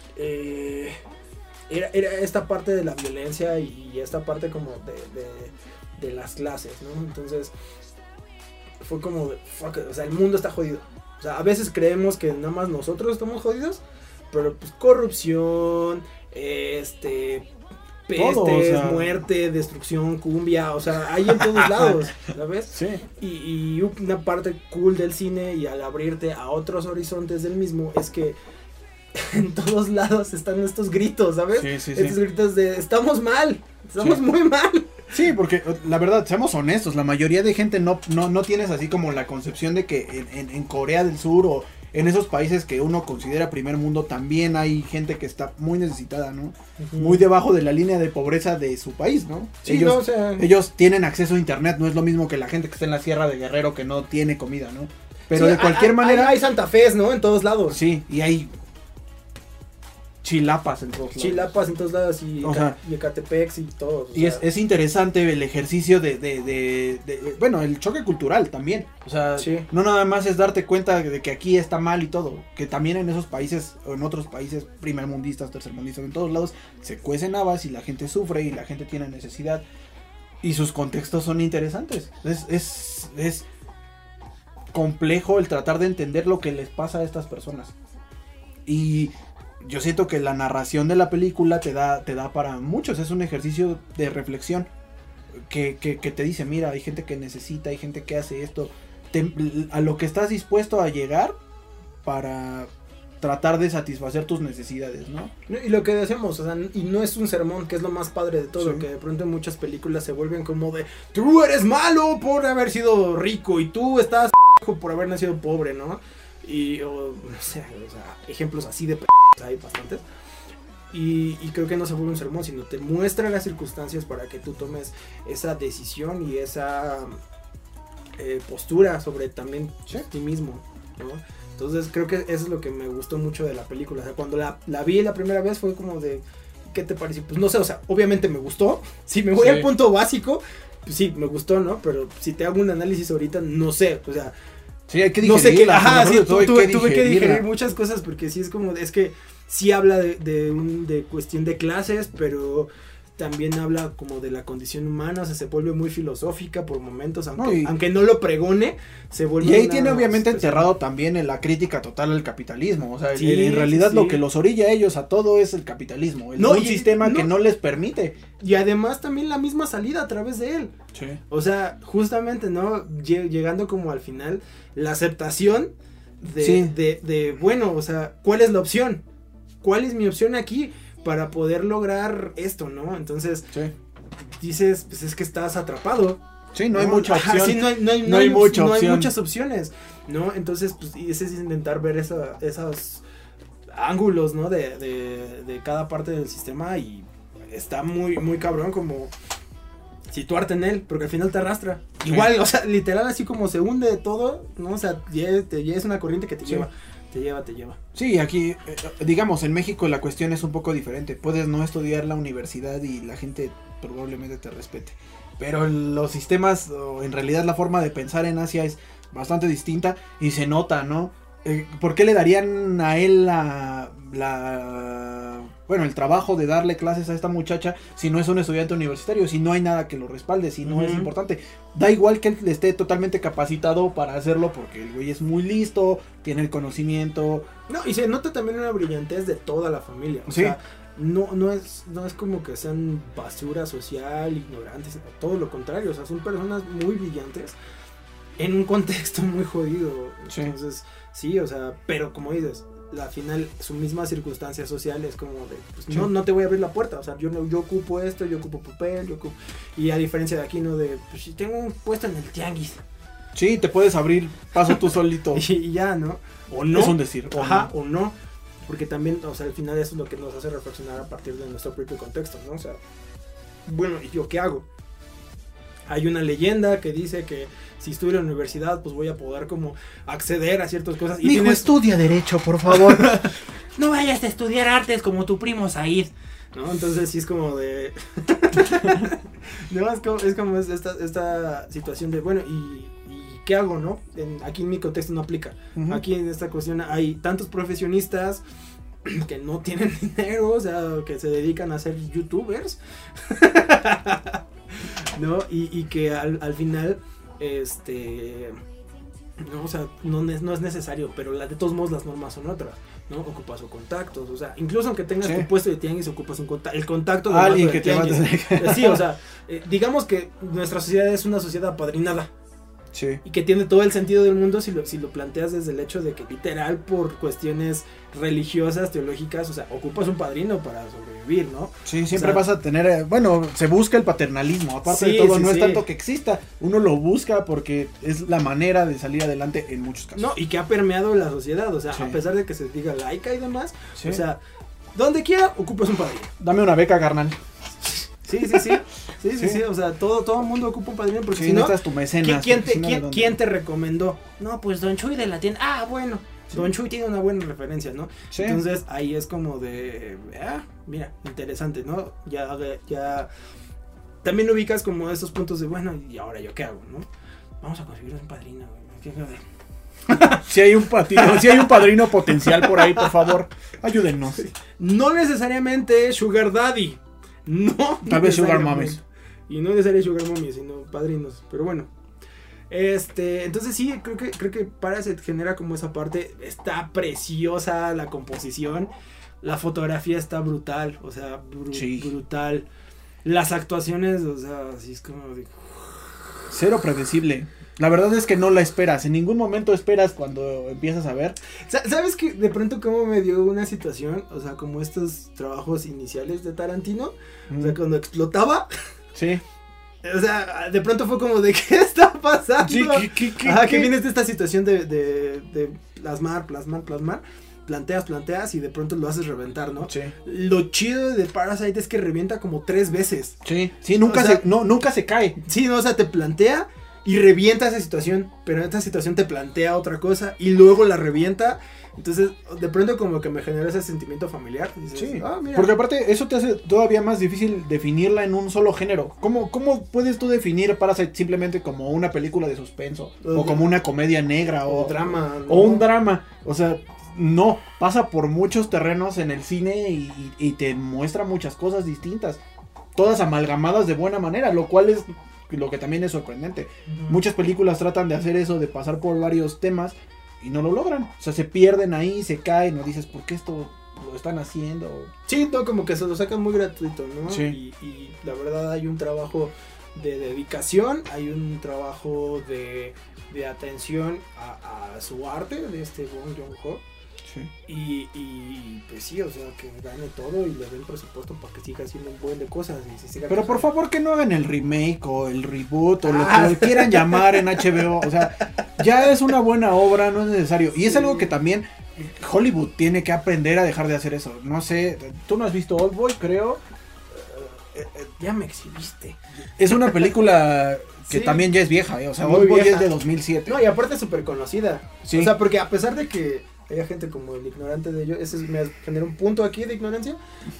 era esta parte de la violencia y esta parte como de las clases, ¿no? Entonces fue como de, fuck, o sea, el mundo está jodido. O sea, a veces creemos que nada más nosotros estamos jodidos, pero pues corrupción, pestes, todo, o sea, muerte, destrucción, cumbia, o sea, hay en todos lados, ¿sabes? Sí. Y una parte cool del cine, y al abrirte a otros horizontes del mismo, es que en todos lados están estos gritos, ¿sabes? Sí. Estos gritos de estamos mal, estamos muy mal. Sí, porque la verdad, seamos honestos, la mayoría de gente no tienes así como la concepción de que en Corea del Sur o en esos países que uno considera primer mundo también hay gente que está muy necesitada, ¿no? Muy debajo de la línea de pobreza de su país, ¿no? Sí, ellos tienen acceso a internet, no es lo mismo que la gente que está en la Sierra de Guerrero que no tiene comida, ¿no? Pero de cualquier manera... Hay Santa Fe, ¿no? En todos lados. Sí, y hay chilapas en todos lados. Chilapas en todos lados y Ecatepec y todo. Y es interesante el ejercicio bueno, el choque cultural también. O sea, no nada más es darte cuenta de que aquí está mal y todo. Que también en esos países, o en otros países primermundistas, tercermundistas, en todos lados, se cuecen habas y la gente sufre y la gente tiene necesidad. Y sus contextos son interesantes. Es complejo el tratar de entender lo que les pasa a estas personas. Y yo siento que la narración de la película te da para muchos, es un ejercicio de reflexión que te dice, mira, hay gente que necesita, hay gente que hace esto, a lo que estás dispuesto a llegar para tratar de satisfacer tus necesidades, ¿no? Y lo que decimos, o sea, y no es un sermón, que es lo más padre de todo, que de pronto en muchas películas se vuelven como de, tú eres malo por haber sido rico y tú estás por haber nacido pobre, ¿no? Y, no sé, o sea, ejemplos así de hay bastantes. Y creo que no se vuelve un sermón, sino te muestra las circunstancias para que tú tomes esa decisión y esa postura sobre también ti mismo, ¿no? Entonces creo que eso es lo que me gustó mucho de la película. O sea, cuando la vi la primera vez fue como de, ¿qué te pareció? Pues no sé, o sea, obviamente me gustó. Si me voy al punto básico, pues sí, me gustó, ¿no? Pero si te hago un análisis ahorita, no sé, o sea, Sí, hay que digerirla. No sé qué, tuve que digerir muchas cosas porque sí es como, es que sí habla de cuestión de clases, pero también habla como de la condición humana, o sea, se vuelve muy filosófica por momentos, aunque no lo pregone, se vuelve. Y ahí tiene obviamente enterrado también en la crítica total al capitalismo, o sea, en realidad lo que los orilla a ellos a todo es el capitalismo, un sistema que no les permite. Y además también la misma salida a través de él. Sí. O sea, justamente, ¿no? Llegando como al final, la aceptación de bueno, o sea, ¿cuál es la opción? ¿Cuál es mi opción aquí para poder lograr esto, ¿no? Entonces, dices, pues es que estás atrapado. Sí, no hay mucha opción. Sí, no hay muchas opciones, ¿no? Entonces, pues, ese es intentar ver esos ángulos, ¿no? De cada parte del sistema y está muy, muy cabrón como situarte en él, porque al final te arrastra. Sí. Igual, o sea, literal así como se hunde todo, ¿no? O sea, ya es una corriente que te lleva. Te lleva. Sí, aquí, digamos, en México la cuestión es un poco diferente. Puedes no estudiar la universidad y la gente probablemente te respete. Pero los sistemas, o en realidad la forma de pensar en Asia es bastante distinta y se nota, ¿no? ¿Por qué le darían a él el trabajo de darle clases a esta muchacha si no es un estudiante universitario, si no hay nada que lo respalde, si no es importante? Da igual que él esté totalmente capacitado para hacerlo porque el güey es muy listo, tiene el conocimiento. No, y se nota también una brillantez de toda la familia. O sea, no es como que sean basura social, ignorantes, todo lo contrario, o sea, son personas muy brillantes en un contexto muy jodido. Entonces, sí, o sea, pero como dices, al final su misma circunstancia social es como de, pues no te voy a abrir la puerta, o sea, yo ocupo esto, yo ocupo papel, y a diferencia de aquí, no de, pues si tengo un puesto en el tianguis. Sí, te puedes abrir paso tú solito. y ya, ¿no? O no. Es un decir. O no. Porque también, o sea, al final eso es lo que nos hace reflexionar a partir de nuestro propio contexto, ¿no? O sea, bueno, ¿y yo qué hago? Hay una leyenda que dice que si estudio en la universidad, pues voy a poder como acceder a ciertas cosas. Mijo, estudia Derecho, por favor. No vayas a estudiar artes como tu primo Said, ¿no? Entonces sí es como de... no, es como esta situación de, bueno, ¿y qué hago, no? Aquí en mi contexto no aplica. Aquí en esta cuestión hay tantos profesionistas que no tienen dinero, o sea, que se dedican a ser youtubers. ¿No? Y que al final, no, o sea, no es necesario, pero de todos modos las normas son otras, ¿no? Ocupas o contactos, o sea, incluso aunque tengas tu puesto de tianguis, ocupas el contacto de alguien que tianguis. Sí, o sea, digamos que nuestra sociedad es una sociedad apadrinada. Sí. Y que tiene todo el sentido del mundo si lo planteas desde el hecho de que literal por cuestiones religiosas, teológicas, o sea, ocupas un padrino para sobrevivir, ¿no? Sí, siempre vas a tener, se busca el paternalismo, aparte de todo, no es tanto que exista, uno lo busca porque es la manera de salir adelante en muchos casos. No, y que ha permeado la sociedad, o sea, a pesar de que se diga laica y demás, o sea, donde quiera ocupas un padrino. Dame una beca, carnal. Sí, o sea, todo el mundo ocupa un padrino porque si no, estás tu mecenas. ¿Quién te recomendó? No, pues Don Chuy de la tienda. Ah, bueno, Don Chuy tiene una buena referencia, ¿no? Sí. Entonces ahí es como de, mira, interesante, ¿no? Ya también ubicas como esos puntos de, bueno, ¿y ahora yo qué hago, no? Vamos a conseguir un padrino, güey. Si hay un padrino potencial por ahí, por favor, ayúdennos. No necesariamente Sugar Daddy. No, tal vez Sugar Mommies. Y no necesariamente Sugar Mommies, sino padrinos. Pero bueno. Entonces sí, creo que Parasite genera como esa parte. Está preciosa la composición. La fotografía está brutal. O sea, brutal. Las actuaciones, o sea, así es como de... Cero predecible. La verdad es que no la esperas. En ningún momento esperas cuando empiezas a ver. ¿Sabes que de pronto como me dio una situación? O sea, como estos trabajos iniciales de Tarantino. O sea, cuando explotaba. Sí. O sea, de pronto fue como de ¿qué está pasando? Sí, que viene esta situación de plasmar. Planteas y de pronto lo haces reventar, ¿no? Sí. Lo chido de Parasite es que revienta como 3 veces. Sí, nunca se cae. Sí, no, o sea, te plantea y revienta esa situación, pero esta situación te plantea otra cosa y luego la revienta. Entonces, de pronto como que me genera ese sentimiento familiar. Dices, sí, mira. porque aparte eso te hace todavía más difícil definirla en un solo género. ¿Cómo puedes tú definir Parasite simplemente como una película de suspenso? O como una comedia negra o drama, ¿no? O un drama. O sea, no, pasa por muchos terrenos en el cine y te muestra muchas cosas distintas. Todas amalgamadas de buena manera, lo cual es lo que también es sorprendente. Muchas películas tratan de hacer eso, de pasar por varios temas y no lo logran. O sea, se pierden ahí, se caen, o dices, ¿por qué esto lo están haciendo? Sí, todo como que se lo sacan muy gratuito, ¿no? Sí. Y la verdad hay un trabajo de dedicación, hay un trabajo de atención a su arte de este Bong Joon-ho. Sí. Y pues sí, o sea, que gane todo y le den presupuesto para que siga haciendo un buen de cosas. Y se siga pero por favor que no hagan el remake o el reboot o lo que quieran llamar en HBO. O sea, ya es una buena obra, no es necesario. Y es algo que también Hollywood tiene que aprender a dejar de hacer eso. No sé, tú no has visto Oldboy, creo. Ya me exhibiste. Es una película que también ya es vieja, o sea, Oldboy es de 2007. No, y aparte es súper conocida. Sí. O sea, porque a pesar de que haya gente como el ignorante de ello, eso me genera un punto aquí de ignorancia.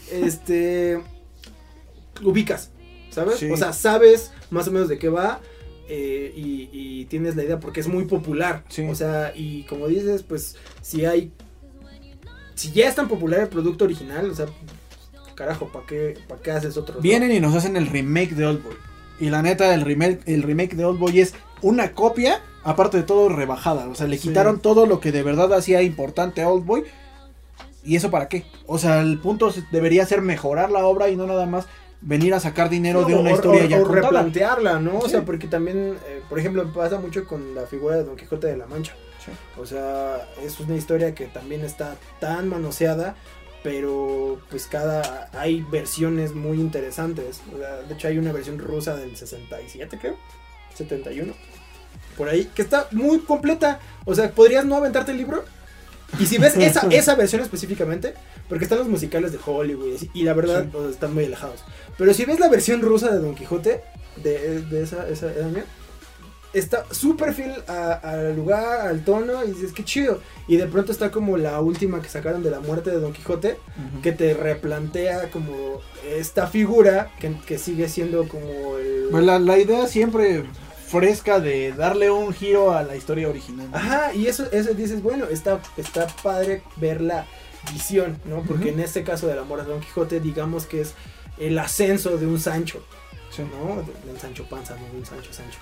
Ubicas, ¿sabes? Sí. O sea, sabes más o menos de qué va. Y tienes la idea porque es muy popular. Sí. O sea, y como dices, pues si ya es tan popular el producto original, o sea, carajo, ¿para qué haces otro? Vienen y nos hacen el remake de Oldboy. Y la neta, el remake de Oldboy es una copia, aparte de todo rebajada. O sea, le quitaron todo lo que de verdad hacía importante a Oldboy. ¿Y eso para qué? O sea, el punto debería ser mejorar la obra y no nada más venir a sacar dinero de una historia ya contada. O replantearla, ¿no? Sí. O sea, porque también, por ejemplo, pasa mucho con la figura de Don Quijote de la Mancha. Sí. O sea, es una historia que también está tan manoseada, pero pues hay versiones muy interesantes. O sea, de hecho hay una versión rusa del 67, creo, 71, por ahí, que está muy completa. O sea, podrías no aventarte el libro. Y si ves esa versión específicamente, porque están los musicales de Hollywood y la verdad pues, están muy alejados. Pero si ves la versión rusa de Don Quijote, de esa año, está súper fiel al lugar, al tono, y dices, qué chido. Y de pronto está como la última que sacaron de la muerte de Don Quijote, que te replantea como esta figura que sigue siendo como el... Pues la idea siempre fresca de darle un giro a la historia original. Ajá, y eso dices, bueno, está padre ver la visión, ¿no? Porque en este caso del amor a Don Quijote, digamos que es el ascenso de un Sancho. Sí. ¿No? Del Sancho Panza, no de un Sancho.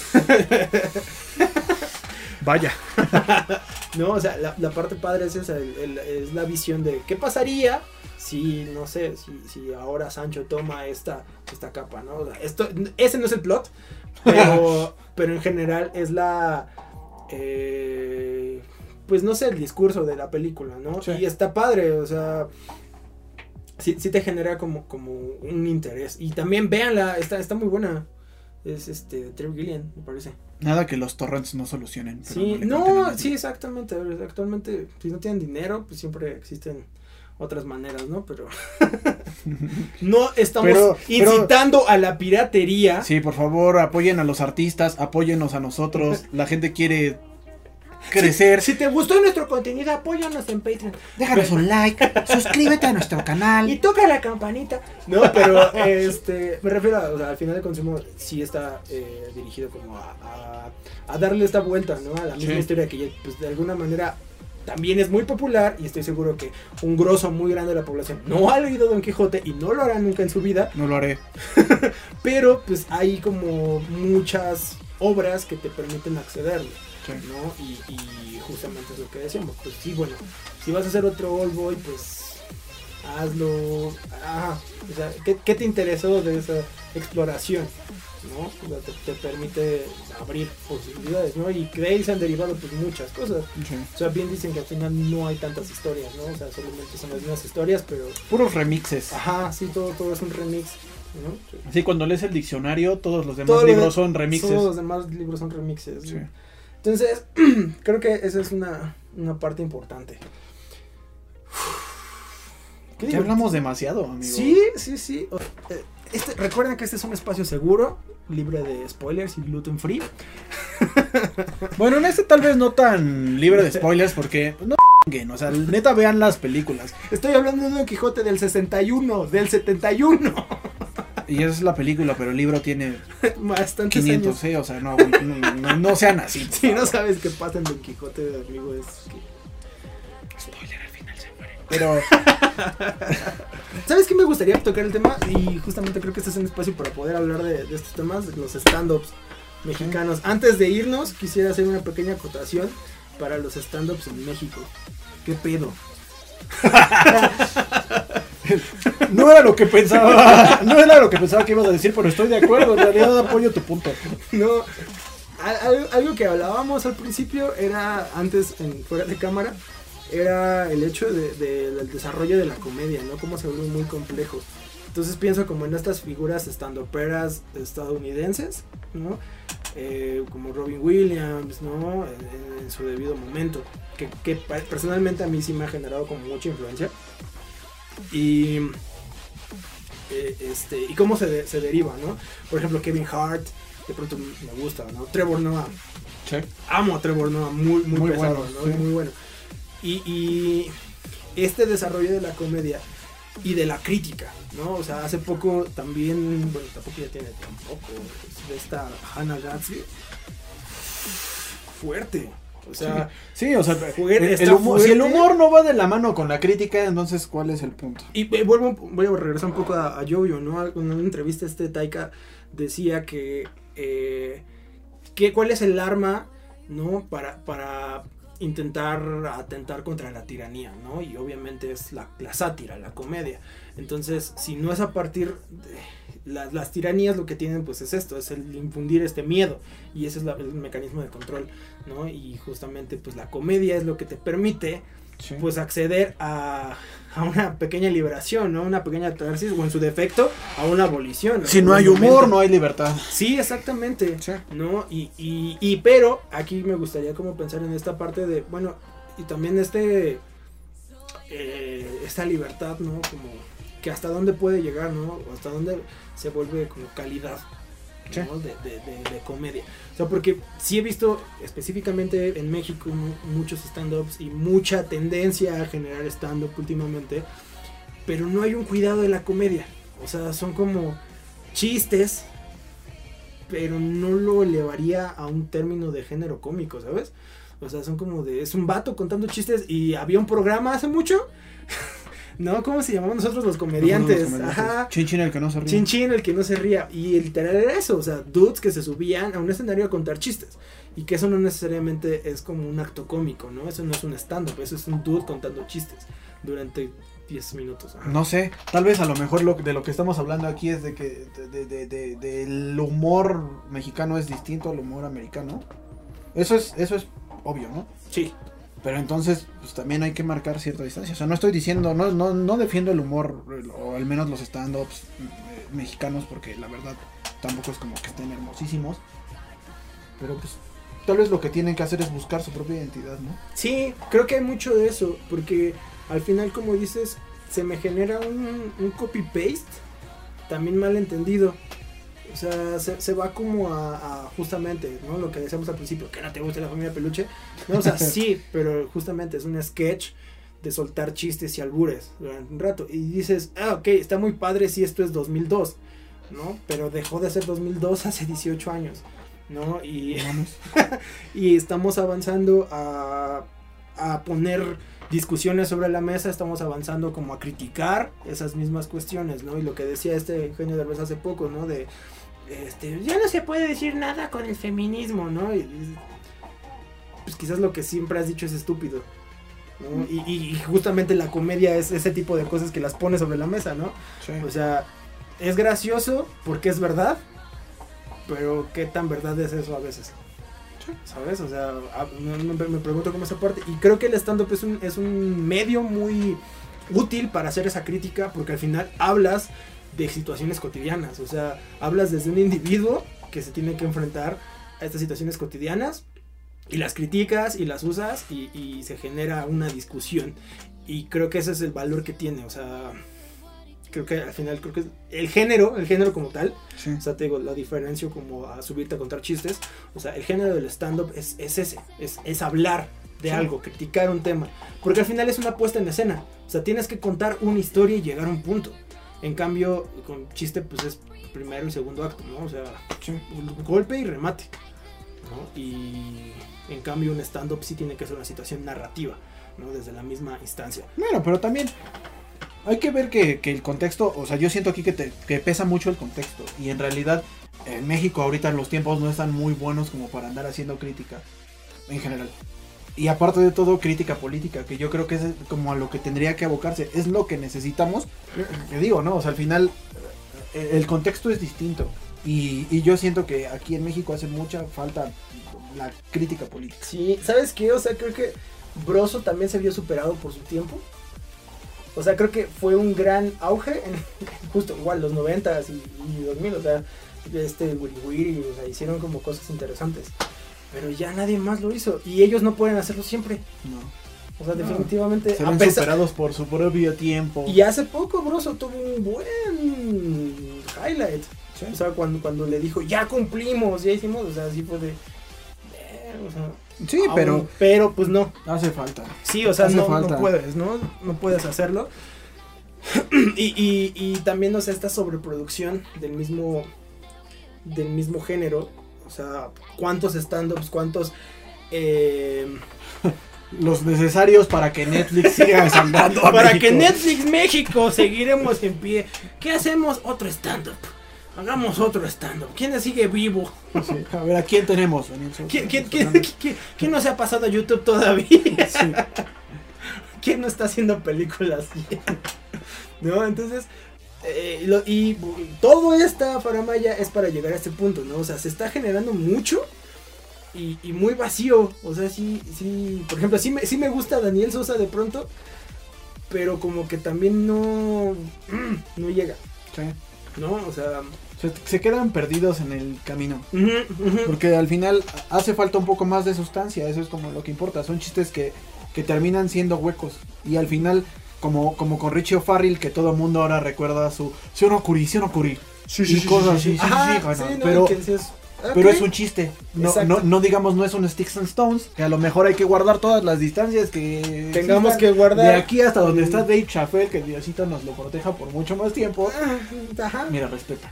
Vaya. No, o sea, la parte padre es esa, es la visión de qué pasaría si, no sé, si ahora Sancho toma esta capa, ¿no? O sea, ese no es el plot, pero en general es pues no sé, el discurso de la película, ¿no? Sí. Y está padre, o sea, sí te genera como un interés. Y también véanla, está muy buena. Es Terry Gilliam, me parece. Nada que los torrents no solucionen. Sí, sí, exactamente. Actualmente, si no tienen dinero, pues siempre existen otras maneras, ¿no? Pero no estamos incitando a la piratería. Sí, por favor, apoyen a los artistas, apóyennos a nosotros. La gente quiere crecer. Si te gustó nuestro contenido, apóyanos en Patreon. Déjanos un like, suscríbete a nuestro canal y toca la campanita. No, pero me refiero o sea, al final de consumo sí está dirigido como a darle esta vuelta, ¿no? A la misma historia que pues, de alguna manera también es muy popular, y estoy seguro que un grosso muy grande de la población no ha leído Don Quijote y no lo hará nunca en su vida. No lo haré. Pero pues hay como muchas obras que te permiten accederle. Sí. ¿No? Y justamente es lo que decíamos, pues sí, bueno, si vas a hacer otro Oldboy, pues hazlo. Ajá, o sea, ¿qué te interesó de esa exploración? ¿No? O sea, te permite abrir posibilidades, ¿no? Y de ahí se han derivado pues muchas cosas. Sí. O sea, bien dicen que al final no hay tantas historias, ¿no? O sea, solamente son las mismas historias, pero... puros remixes. Ajá, sí, todo es un remix, ¿no? Sí. Así cuando lees el diccionario, todos los demás libros son remixes. Todos los demás libros son remixes. Sí. ¿No? Entonces, creo que esa es una parte importante. Ya hablamos demasiado, amigo. Sí. recuerden que este es un espacio seguro, libre de spoilers y gluten free. Bueno, en este tal vez no tan libre de spoilers porque no o sea, neta vean las películas. Estoy hablando de Don Quijote del 61, del 71. Y esa es la película, pero el libro tiene bastantes 500, años. ¿sí? O sea, no sean así. Si no sabes qué pasa en Don Quijote, amigo, es que... Spoiler, al final se muere. Pero... ¿Sabes qué me gustaría tocar el tema? Y justamente creo que este es un espacio para poder hablar de estos temas, de los stand-ups mexicanos. Antes de irnos, quisiera hacer una pequeña acotación para los stand-ups en México. ¿Qué pedo? No era lo que pensaba que ibas a decir, pero estoy de acuerdo, en realidad apoyo tu punto. No, algo que hablábamos al principio era, antes, fuera de cámara, era el hecho del desarrollo de la comedia, ¿no? Cómo se vuelve muy complejo. Entonces pienso como en estas figuras estandoperas estadounidenses, ¿no? Como Robin Williams, ¿no? En su debido momento, que personalmente a mí sí me ha generado como mucha influencia. Y cómo se deriva, ¿no? Por ejemplo, Kevin Hart, de pronto me gusta, ¿no? Trevor Noah. Sí. Amo a Trevor Noah, muy pesado, bueno, ¿no? sí. Muy bueno. Y este desarrollo de la comedia y de la crítica, ¿no? O sea, hace poco también, bueno, tampoco ya tiene tampoco, de esta Hannah Gadsby, fuerte. O sea, sí, o sea, el humor, si el humor no va de la mano con la crítica, entonces ¿cuál es el punto? Y voy a regresar un poco a Jojo, ¿no? En una entrevista Taika decía que cuál es el arma, ¿no? Para intentar atentar contra la tiranía, ¿no? Y obviamente es la sátira, la comedia. Entonces, si no es a partir de las tiranías, lo que tienen pues es esto, es el infundir este miedo, y ese es el mecanismo de control, ¿no? Y justamente pues la comedia es lo que te permite Sí. pues acceder a una pequeña liberación, ¿no? Una pequeña catarsis, o en su defecto a una abolición, ¿no? Si no hay humor, no hay libertad. Sí, exactamente, Sí. ¿no? Pero aquí me gustaría como pensar en esta parte de, bueno, y también esta libertad, ¿no? Como que hasta dónde puede llegar, ¿no? O hasta dónde se vuelve como calidad, ¿no? Sí. de comedia. O sea, porque sí he visto específicamente en México muchos stand-ups y mucha tendencia a generar stand-up últimamente, pero no hay un cuidado de la comedia. O sea, son como chistes, pero no lo elevaría a un término de género cómico, ¿sabes? O sea, son como es un vato contando chistes, y había un programa hace mucho, ¿no? ¿Cómo se llamamos nosotros los comediantes? Ajá. Chin el que no se ríe. Chin el que no se ría. Y literal era eso, o sea, dudes que se subían a un escenario a contar chistes. Y que eso no necesariamente es como un acto cómico, ¿no? Eso no es un stand-up, eso es un dude contando chistes durante 10 minutos. Ajá. No sé, tal vez a lo mejor de lo que estamos hablando aquí es de que el humor mexicano es distinto al humor americano. Eso es obvio, ¿no? Sí. Pero entonces, pues también hay que marcar cierta distancia. O sea, no estoy diciendo, no defiendo el humor, o al menos los stand-ups mexicanos, porque la verdad tampoco es como que estén hermosísimos. Pero pues, tal vez lo que tienen que hacer es buscar su propia identidad, ¿no? Sí, creo que hay mucho de eso, porque al final, como dices, se me genera un copy-paste también mal entendido. O sea, se va como a justamente, ¿no? Lo que decíamos al principio, que no te gusta la familia Peluche. No, o sea, sí, pero justamente es un sketch de soltar chistes y albures durante un rato. Y dices, ok, está muy padre si esto es 2002, ¿no? Pero dejó de ser 2002 hace 18 años, ¿no? Y estamos avanzando a poner discusiones sobre la mesa, estamos avanzando como a criticar esas mismas cuestiones, ¿no? Y lo que decía Eugenio Derbez hace poco, ¿no? Ya no se puede decir nada con el feminismo, ¿no? Y pues quizás lo que siempre has dicho es estúpido, ¿no? Y justamente la comedia es ese tipo de cosas que las pone sobre la mesa, ¿no? Sí. O sea, es gracioso porque es verdad, pero ¿qué tan verdad es eso a veces? ¿Sabes? O sea, me pregunto cómo esa parte. Y creo que el stand-up es un medio muy útil para hacer esa crítica, porque al final hablas de situaciones cotidianas. O sea, hablas desde un individuo que se tiene que enfrentar a estas situaciones cotidianas, y las criticas y las usas, y se genera una discusión. Y creo que ese es el valor que tiene. O sea, creo que al final, creo que el género como tal, Sí. o sea, te digo, la diferencio como a subirte a contar chistes, o sea, el género del stand-up es ese, es hablar de algo, criticar un tema, porque al final es una puesta en escena, o sea, tienes que contar una historia y llegar a un punto. En cambio, con chiste, pues es primero y segundo acto, ¿no? O sea, golpe y remate, ¿no? Y en cambio un stand-up sí tiene que ser una situación narrativa, ¿no? Desde la misma instancia. Bueno, pero también hay que ver que el contexto, o sea, yo siento aquí que pesa mucho el contexto. Y en realidad, en México ahorita los tiempos no están muy buenos como para andar haciendo crítica, en general. Y aparte de todo, crítica política, que yo creo que es como a lo que tendría que abocarse. Es lo que necesitamos. Te digo, ¿no? O sea, al final, el contexto es distinto. Y yo siento que aquí en México hace mucha falta la crítica política. Sí, ¿sabes qué? O sea, creo que Broso también se vio superado por su tiempo. O sea, creo que fue un gran auge en justo igual los 90s y 2000, o sea, Wiri Wiri, o sea, hicieron como cosas interesantes. Pero ya nadie más lo hizo y ellos no pueden hacerlo siempre. No. O sea, definitivamente se ven superados por su propio tiempo. Y hace poco Broso tuvo un buen highlight. ¿Sí? O sea, cuando le dijo, ya cumplimos, ya hicimos, o sea, así fue de... o sea, sí, pero pues no. Hace falta. Sí, o sea, no puedes, ¿no? No puedes hacerlo. y también, o sea, esta sobreproducción del mismo género. O sea, ¿cuántos stand-ups, cuántos... los necesarios para que Netflix siga salvando a para México. Que Netflix México seguiremos en pie. ¿Qué hacemos? Otro stand-up. Hagamos otro stand-up. ¿Quién sigue vivo? Sí. A ver, ¿a quién tenemos? ¿Quién no se ha pasado a YouTube todavía? Sí. ¿Quién no está haciendo películas? ¿No? Entonces, y todo esta faramaya es para llegar a este punto, ¿no? O sea, se está generando mucho y muy vacío. O sea, sí, por ejemplo, sí me gusta Daniel Sosa de pronto, pero como que también no llega. Sí. ¿No? O sea, se quedan perdidos en el camino. Porque al final hace falta un poco más de sustancia. Eso es como lo que importa. Son chistes que terminan siendo huecos. Y al final, como con Richie O'Farrell, que todo el mundo ahora recuerda su sí o no ocurrí. Sí, cosas así. Pero es un chiste. No digamos, no es un Sticks and Stones. Que a lo mejor hay que guardar todas las distancias que tengamos que guardar. De aquí hasta donde está Dave Chappelle, que Diosito nos lo proteja por mucho más tiempo. Ajá. Mira, respeta.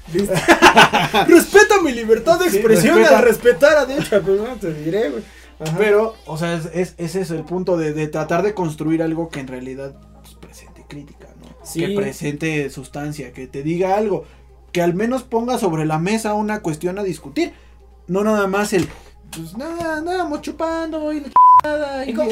Respeta mi libertad de expresión al respetar a Dave Chappelle. No te diré, güey. Pero, o sea, es eso el punto de tratar de construir algo que en realidad pues, presente crítica, ¿no? Sí. Que presente sustancia, que te diga algo. Que al menos ponga sobre la mesa una cuestión a discutir. No nada más pues nada, andábamos chupando y la chingada. ¿Y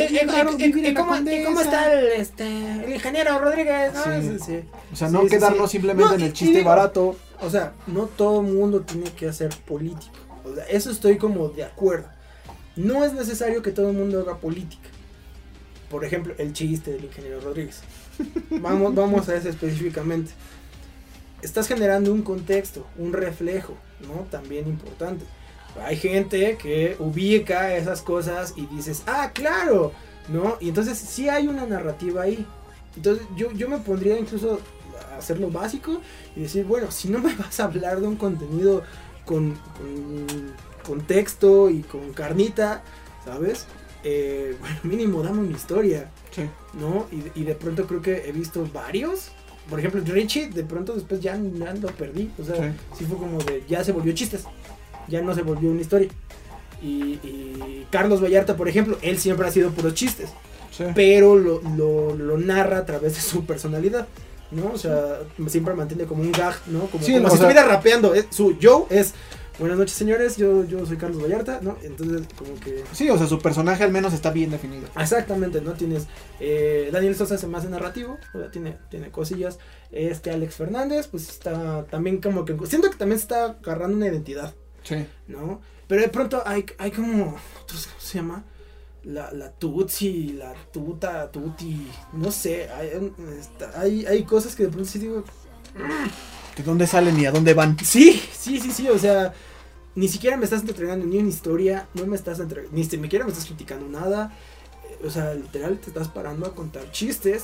cómo está el ingeniero Rodríguez? ¿No? Sí. O sea, no quedarnos simplemente en el chiste barato. O sea, no todo el mundo tiene que ser político. O sea, eso estoy como de acuerdo. No es necesario que todo el mundo haga política. Por ejemplo, el chiste del ingeniero Rodríguez. Vamos a eso específicamente. Estás generando un contexto, un reflejo, ¿no? También importante. Hay gente que ubica esas cosas y dices, claro, ¿no? Y entonces sí hay una narrativa ahí. Entonces yo me pondría incluso a hacer lo básico y decir, bueno, si no me vas a hablar de un contenido con contexto y con carnita, ¿sabes? Bueno, mínimo dame una historia, sí. ¿no? Y de pronto creo que he visto varios. Por ejemplo, Richie, de pronto después ya lo perdí. O sea, sí fue como de, ya se volvió chistes. Ya no se volvió una historia. Y Carlos Vallarta, por ejemplo, él siempre ha sido puros chistes. Sí. Pero lo narra a través de su personalidad, ¿no? O sea, siempre mantiene como un gag, ¿no? Como si estuviera rapeando. Su Joe es... Buenas noches, señores, yo soy Carlos Vallarta, ¿no? Entonces, como que... Sí, o sea, su personaje al menos está bien definido. Exactamente, ¿no? Tienes... Daniel Sosa se me hace narrativo, o sea, tiene cosillas. Alex Fernández, pues está también como que... Siento que también se está agarrando una identidad. Sí. ¿No? Pero de pronto hay como... ¿Cómo se llama? La Tutsi, la Tuti, no sé. Hay cosas que de pronto sí digo... ¿De dónde salen y a dónde van? Sí, o sea... Ni siquiera me estás entregando ni una historia, no me estás ni siquiera me estás criticando nada. O sea, literal te estás parando a contar chistes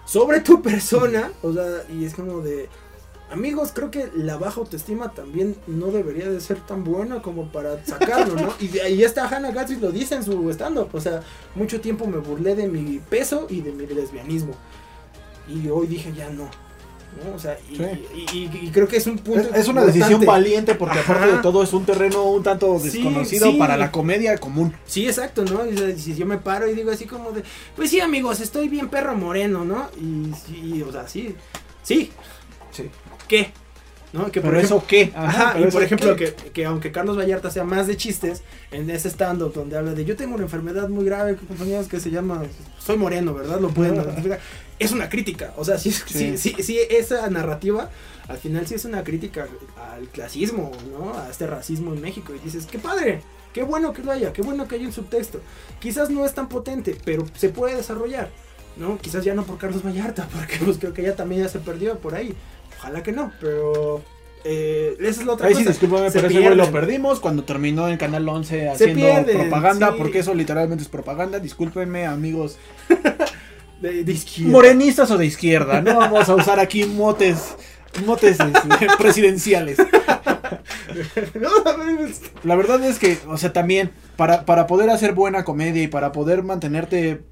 sobre tu persona, o sea, y es como de... Amigos, creo que la baja autoestima también no debería de ser tan buena como para sacarlo, ¿no? Y esta Hannah Gadsby lo dice en su stand-up, o sea, mucho tiempo me burlé de mi peso y de mi lesbianismo. Y hoy dije, ya no. ¿No? O sea, y creo que es un punto es una decisión valiente porque aparte de todo es un terreno un tanto desconocido para la comedia común. Sí, exacto, ¿no? Y si yo me paro y digo así como de, pues sí, amigos, estoy bien perro moreno, ¿no? Y o sea, sí. ¿Qué? ¿No? Que por eso qué. Ajá, y por ejemplo que aunque Carlos Vallarta sea más de chistes, en ese stand-up donde habla de yo tengo una enfermedad muy grave, compañeros, que se llama soy moreno, ¿verdad? Lo pueden identificar. Es una crítica, o sea, sí, esa narrativa al final sí es una crítica al clasismo, ¿no? A este racismo en México, y dices, qué padre, qué bueno que lo haya, qué bueno que haya un subtexto. Quizás no es tan potente, pero se puede desarrollar, ¿no? Quizás ya no por Carlos Vallarta, porque pues creo que ya también ya se perdió por ahí. Ojalá que no, pero esa es la otra cosa. Sí, discúlpame, pero ese güey lo perdimos cuando terminó en Canal 11 haciendo propaganda, porque eso literalmente es propaganda. Discúlpenme, amigos de izquierda. Morenistas o de izquierda. No vamos a usar aquí motes presidenciales. La verdad es que, o sea, también para poder hacer buena comedia y para poder mantenerte...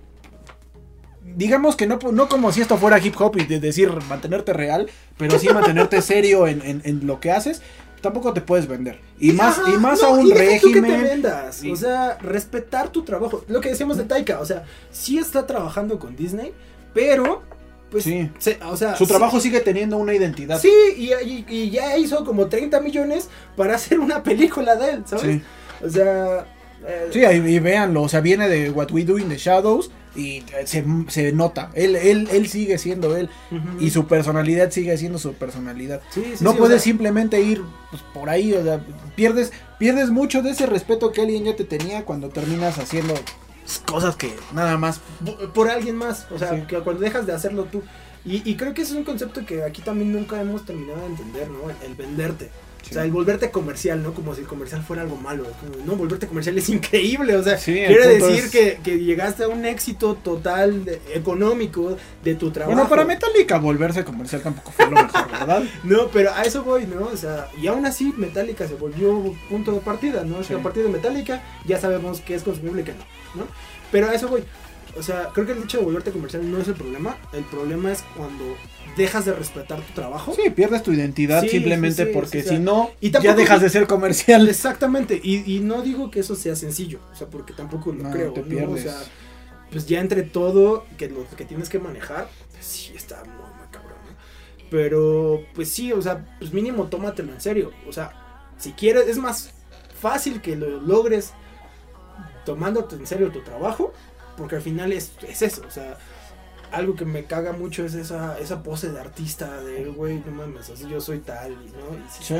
Digamos que no como si esto fuera hip hop y de decir mantenerte real, pero sí mantenerte serio en lo que haces, tampoco te puedes vender. Y más a un régimen. Que te vendas, o sea, respetar tu trabajo. Lo que decíamos de Taika, o sea, sí está trabajando con Disney, pero pues sí. O sea, su trabajo sigue teniendo una identidad. Sí, y ya hizo como 30 millones para hacer una película de él, ¿sabes? Sí. O sea, sí, y véanlo, o sea, viene de What We Do in the Shadows y se nota, él sigue siendo él, y su personalidad sigue siendo su personalidad. No puedes simplemente ir pues, por ahí, o sea, pierdes mucho de ese respeto que alguien ya te tenía cuando terminas haciendo cosas que nada más por alguien más, o sea, que cuando dejas de hacerlo tú. Y creo que ese es un concepto que aquí también nunca hemos terminado de entender, ¿no? El venderte. Sí. O sea, el volverte comercial, ¿no? Como si el comercial fuera algo malo. Como, no, volverte comercial es increíble. O sea, quiere decir que llegaste a un éxito total económico de tu trabajo. Bueno, para Metallica volverse comercial tampoco fue lo mejor, ¿verdad? No, pero a eso voy, ¿no? O sea, y aún así Metallica se volvió punto de partida, ¿no? O sea, a partir de Metallica ya sabemos qué es consumible y qué no. Pero a eso voy. O sea, creo que el hecho de volverte comercial no es el problema. El problema es cuando dejas de respetar tu trabajo. Sí, pierdes tu identidad simplemente porque si no, ya dejas de ser comercial. Exactamente, y no digo que eso sea sencillo, o sea, porque tampoco lo creo, te pierdes. O sea, pues ya entre todo que lo que tienes que manejar, pues sí está muy cabrón, ¿no? Pero, pues sí, o sea, pues mínimo tómatelo en serio, o sea, si quieres, es más fácil que lo logres tomándote en serio tu trabajo, porque al final es eso, o sea, algo que me caga mucho es esa pose de artista de güey, no mames, así yo soy tal, ¿no? Y sí.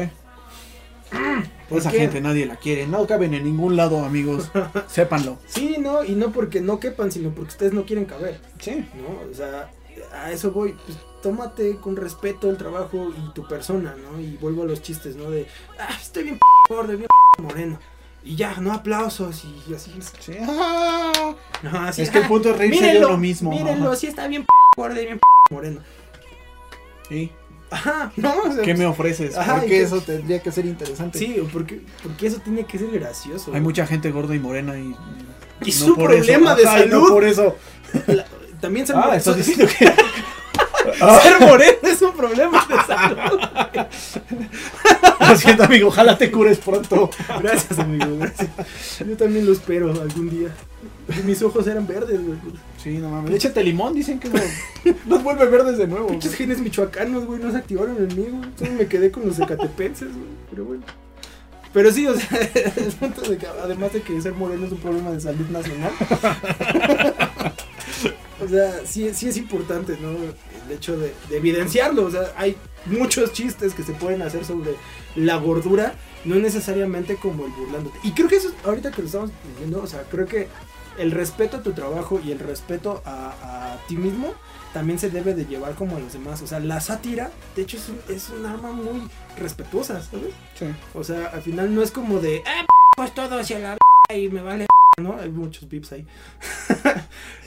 Esa gente nadie la quiere, no caben en ningún lado, amigos, sépanlo. Sí, no, y no porque no quepan, sino porque ustedes no quieren caber. Sí. ¿No? O sea, a eso voy, pues tómate con respeto el trabajo y tu persona, ¿no? Y vuelvo a los chistes, ¿no? De, estoy bien gordo, bien moreno. Y ya, no aplausos y así. Sí. No, así, es que el punto es reírse de uno mismo. Mírenlo, así está bien gordo y bien moreno. Sí. Ajá, no. O sea, ¿qué me ofreces? Porque eso tendría que ser interesante. Sí, porque eso tiene que ser gracioso. Hay mucha gente gorda y morena y no su problema de salud. No por eso. También se estás diciendo que ser moreno es un problema de salud. Lo siento, amigo, ojalá te cures pronto. Gracias, amigo, gracias. Yo también lo espero algún día. Mis ojos eran verdes, güey. Sí, no mames. Échate limón, dicen que los vuelve verdes de nuevo. Muchos genes michoacanos, güey, no se activaron en mí, güey. Entonces me quedé con los ecatepenses, güey. Pero bueno. Pero sí, o sea, el punto de que además de que ser moreno es un problema de salud nacional. O sea, sí es importante, ¿no? El hecho de evidenciarlo. O sea, hay muchos chistes que se pueden hacer sobre la gordura, no necesariamente como el burlándote. Y creo que eso, ahorita que lo estamos viendo, o sea, creo que el respeto a tu trabajo y el respeto a ti mismo también se debe de llevar como a los demás. O sea, la sátira, de hecho, es un arma muy respetuosa, ¿sabes? Sí. O sea, al final no es como de, pues todo hacia la y me vale, ¿no? Hay muchos pips ahí.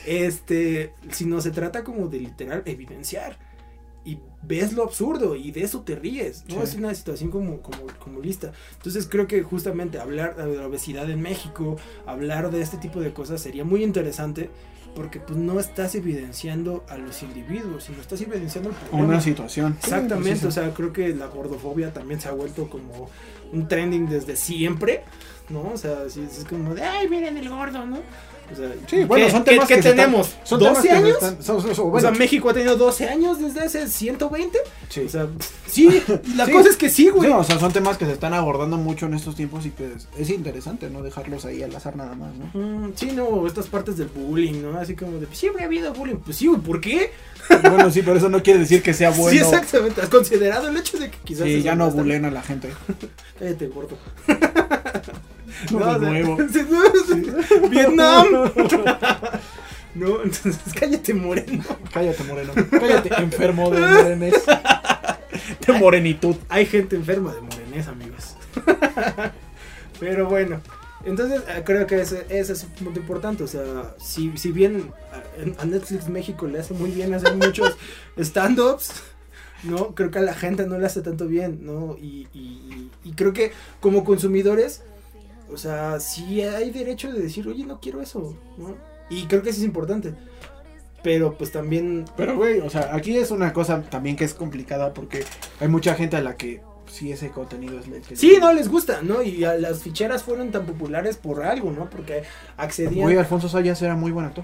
Sino se trata como de literal evidenciar. Y ves lo absurdo y de eso te ríes, ¿no? Sí. Es una situación como lista. Entonces creo que justamente hablar de la obesidad en México, hablar de este tipo de cosas sería muy interesante, porque pues no estás evidenciando a los individuos, sino estás evidenciando el problema. Una situación. Exactamente, sí, pues, o sea, creo que la gordofobia también se ha vuelto como un trending desde siempre, ¿no? O sea, es como de, ay, miren el gordo, ¿no? O sea, sí, bueno, son temas que tenemos. Son ¿12 años? Bueno, o sea, México ha tenido 12 años desde hace 120. Sí. O sea, sí, la cosa es que sí, güey. Sí, o sea, son temas que se están abordando mucho en estos tiempos y que es interesante, ¿no? Dejarlos ahí al azar nada más, ¿no? Sí, no, estas partes del bullying, ¿no? Así como de, pues siempre ha habido bullying. Pues sí, güey, ¿por qué? Bueno, sí, pero eso no quiere decir que sea bueno. Sí, exactamente. ¿Has considerado el hecho de que quizás... Sí, ya no bulleen a la gente. Cállate, gordo. No, de nuevo. Vietnam. No, entonces cállate, moreno. Cállate, moreno. Cállate, enfermo de morenés. De morenitud. Hay gente enferma de morenés, amigos. Pero bueno, entonces creo que ese es un punto importante. O sea, si bien a Netflix México le hace muy bien hacer muchos stand-ups, ¿no? Creo que a la gente no le hace tanto bien, ¿no? Y creo que como consumidores, o sea, sí hay derecho de decir, oye, no quiero eso, ¿no? Y creo que eso es importante. Pero pues también... Pero güey, o sea, aquí es una cosa también que es complicada, porque hay mucha gente a la que sí ese contenido es leche. Sí, no les gusta, ¿no? Y a las ficheras fueron tan populares por algo, ¿no? Porque accedían... Güey, Alfonso Sayas era muy buen actor.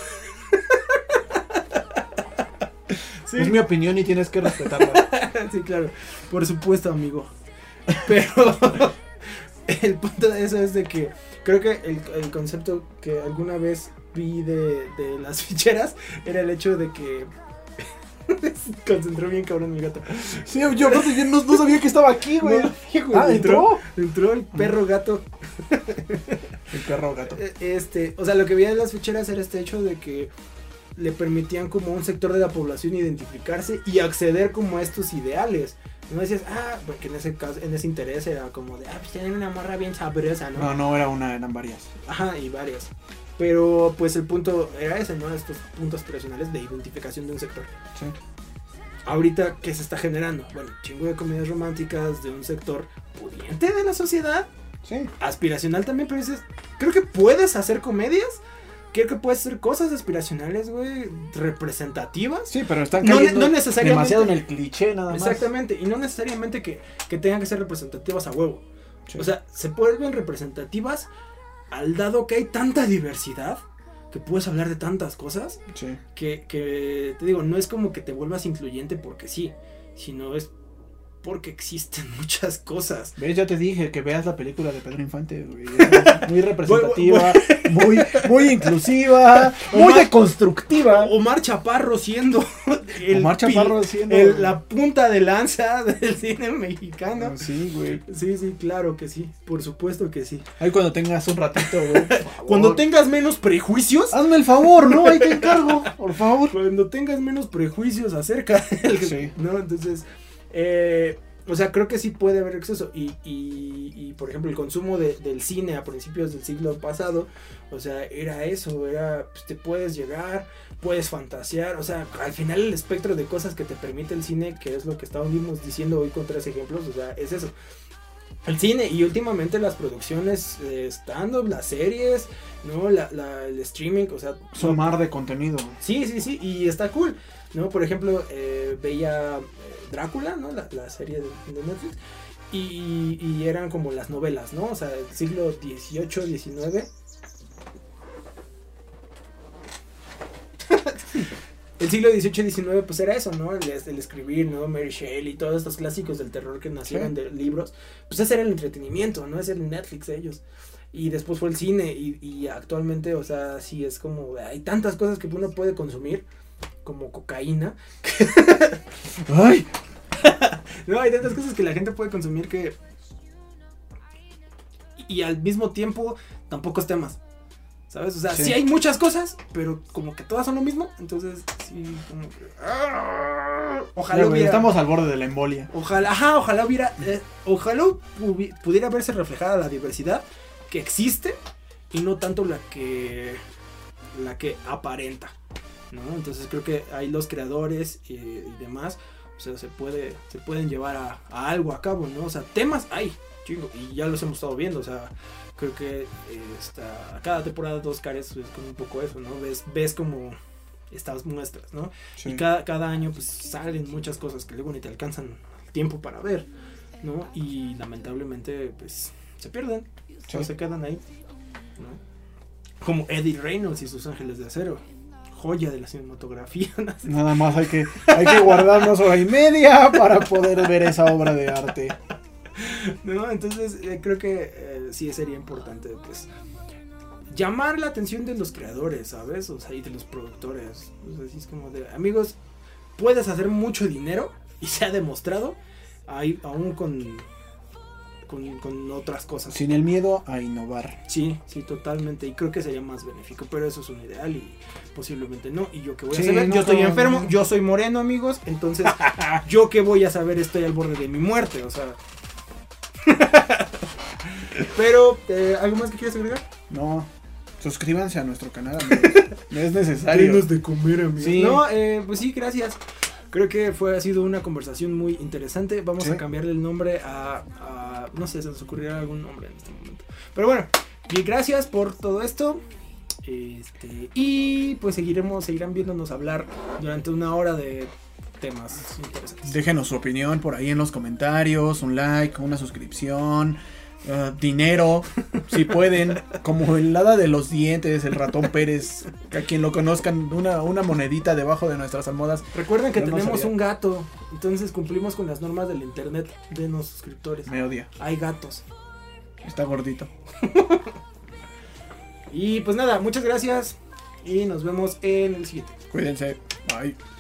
Sí. Es mi opinión y tienes que respetarla. Sí, claro, por supuesto, amigo. Pero el punto de eso es de que creo que el concepto que alguna vez vi de las ficheras era el hecho de que se concentró bien cabrón mi gato. Sí, yo no sabía que estaba aquí, güey. No, entró el perro gato. El perro gato. O sea, lo que veía de las ficheras era este hecho de que le permitían como a un sector de la población identificarse y acceder como a estos ideales. No decías, porque en ese caso, en ese interés era como de, pues tienen una morra bien sabrosa, ¿no? No era una, eran varias. Ajá, y varias. Pero pues el punto era ese, ¿no? Estos puntos tradicionales de identificación de un sector. Sí. Ahorita, ¿qué se está generando? Bueno, chingo de comedias románticas de un sector pudiente de la sociedad. Sí. Aspiracional también, pero dices, creo que puedes hacer comedias. Creo que puedes hacer cosas aspiracionales, güey, representativas. Sí, pero están cayendo no necesariamente, demasiado en el cliché nada más. Exactamente, y no necesariamente que tengan que ser representativas a huevo. Sí. O sea, se vuelven representativas al dado que hay tanta diversidad, que puedes hablar de tantas cosas, sí. que te digo, no es como que te vuelvas incluyente porque sí, sino es porque existen muchas cosas. ¿Ves? Ya te dije que veas la película de Pedro Infante, güey. Muy representativa, muy inclusiva, muy deconstructiva. Omar Chaparro siendo la punta de lanza del cine mexicano. Sí, güey. Sí, claro que sí. Por supuesto que sí. Ahí cuando tengas un ratito, güey. Cuando tengas menos prejuicios. Hazme el favor, ¿no? Ahí te encargo, por favor. Cuando tengas menos prejuicios acerca del... Sí. ¿No? Entonces... o sea, creo que sí puede haber exceso y por ejemplo el consumo del cine a principios del siglo pasado, o sea, era eso, pues te puedes llegar, puedes fantasear, o sea, al final el espectro de cosas que te permite el cine, que es lo que estábamos diciendo hoy con 3 ejemplos, o sea, es eso. El cine y últimamente las producciones stand-up, las series, ¿no? El streaming, o sea... Son mar de contenido. Sí, y está cool, ¿no? Por ejemplo, veía Drácula, ¿no? La serie de Netflix, y eran como las novelas, ¿no? O sea, el siglo XVIII, XIX. El siglo XVIII, XIX, pues era eso, ¿no? El escribir, ¿no? Mary Shelley, todos estos clásicos del terror que nacieron de libros. Pues ese era el entretenimiento, ¿no? Ese era el Netflix de ellos. Y después fue el cine, y actualmente, o sea, sí es como... Hay tantas cosas que uno puede consumir, como cocaína. ¡Ay! No, hay tantas cosas que la gente puede consumir que... Y al mismo tiempo, tan pocos temas. ¿Sabes? O sea, sí hay muchas cosas, pero como que todas son lo mismo. Entonces, sí, como que... Ojalá hubiera... Estamos al borde de la embolia. Ojalá hubiera... ojalá pudiera verse reflejada la diversidad que existe y no tanto la que la que aparenta, ¿no? Entonces creo que ahí los creadores y demás, o sea, se pueden llevar a algo a cabo, ¿no? O sea, temas hay, chingo, y ya los hemos estado viendo, o sea, creo que cada temporada de Oscar es como un poco eso, ¿no? Ves como estas muestras, ¿no? Sí. Y cada año pues salen muchas cosas que luego ni te alcanzan tiempo para ver, ¿no? Y lamentablemente pues se pierden, sí. O se quedan ahí, ¿no? Como Eddie Reynolds y sus Ángeles de Acero, joya de la cinematografía. Nada más hay que guardarnos hora y media para poder ver esa obra de arte. No, entonces creo que sí sería importante pues llamar la atención de los creadores, ¿sabes? O sea, y de los productores. O sea, así es como de, amigos, puedes hacer mucho dinero y se ha demostrado ahí aún con otras cosas. Sin el miedo a innovar. Sí, totalmente. Y creo que sería más benéfico, pero eso es un ideal y posiblemente no. Y yo qué voy a saber, yo estoy enfermo, yo soy moreno, amigos, entonces yo qué voy a saber, estoy al borde de mi muerte, o sea. Pero, ¿algo más que quieras agregar? No. Suscríbanse a nuestro canal, amigos. No es necesario. Denos de comer, amigos. Sí. No, pues sí, gracias. Creo que ha sido una conversación muy interesante. Vamos a cambiarle el nombre a no sé, se nos ocurrirá algún nombre en este momento. Pero bueno, y gracias por todo esto. Y pues seguirán viéndonos hablar durante una hora de temas interesantes. Déjenos su opinión por ahí en los comentarios, un like, una suscripción. Dinero, si pueden, como el hada de los dientes, el ratón Pérez, a quien lo conozcan, una monedita debajo de nuestras almohadas. Recuerden que tenemos un gato, entonces cumplimos con las normas del internet. Denos suscriptores. Me odia. Hay gatos. Está gordito. Y pues nada, muchas gracias y nos vemos en el siguiente. Cuídense. Bye.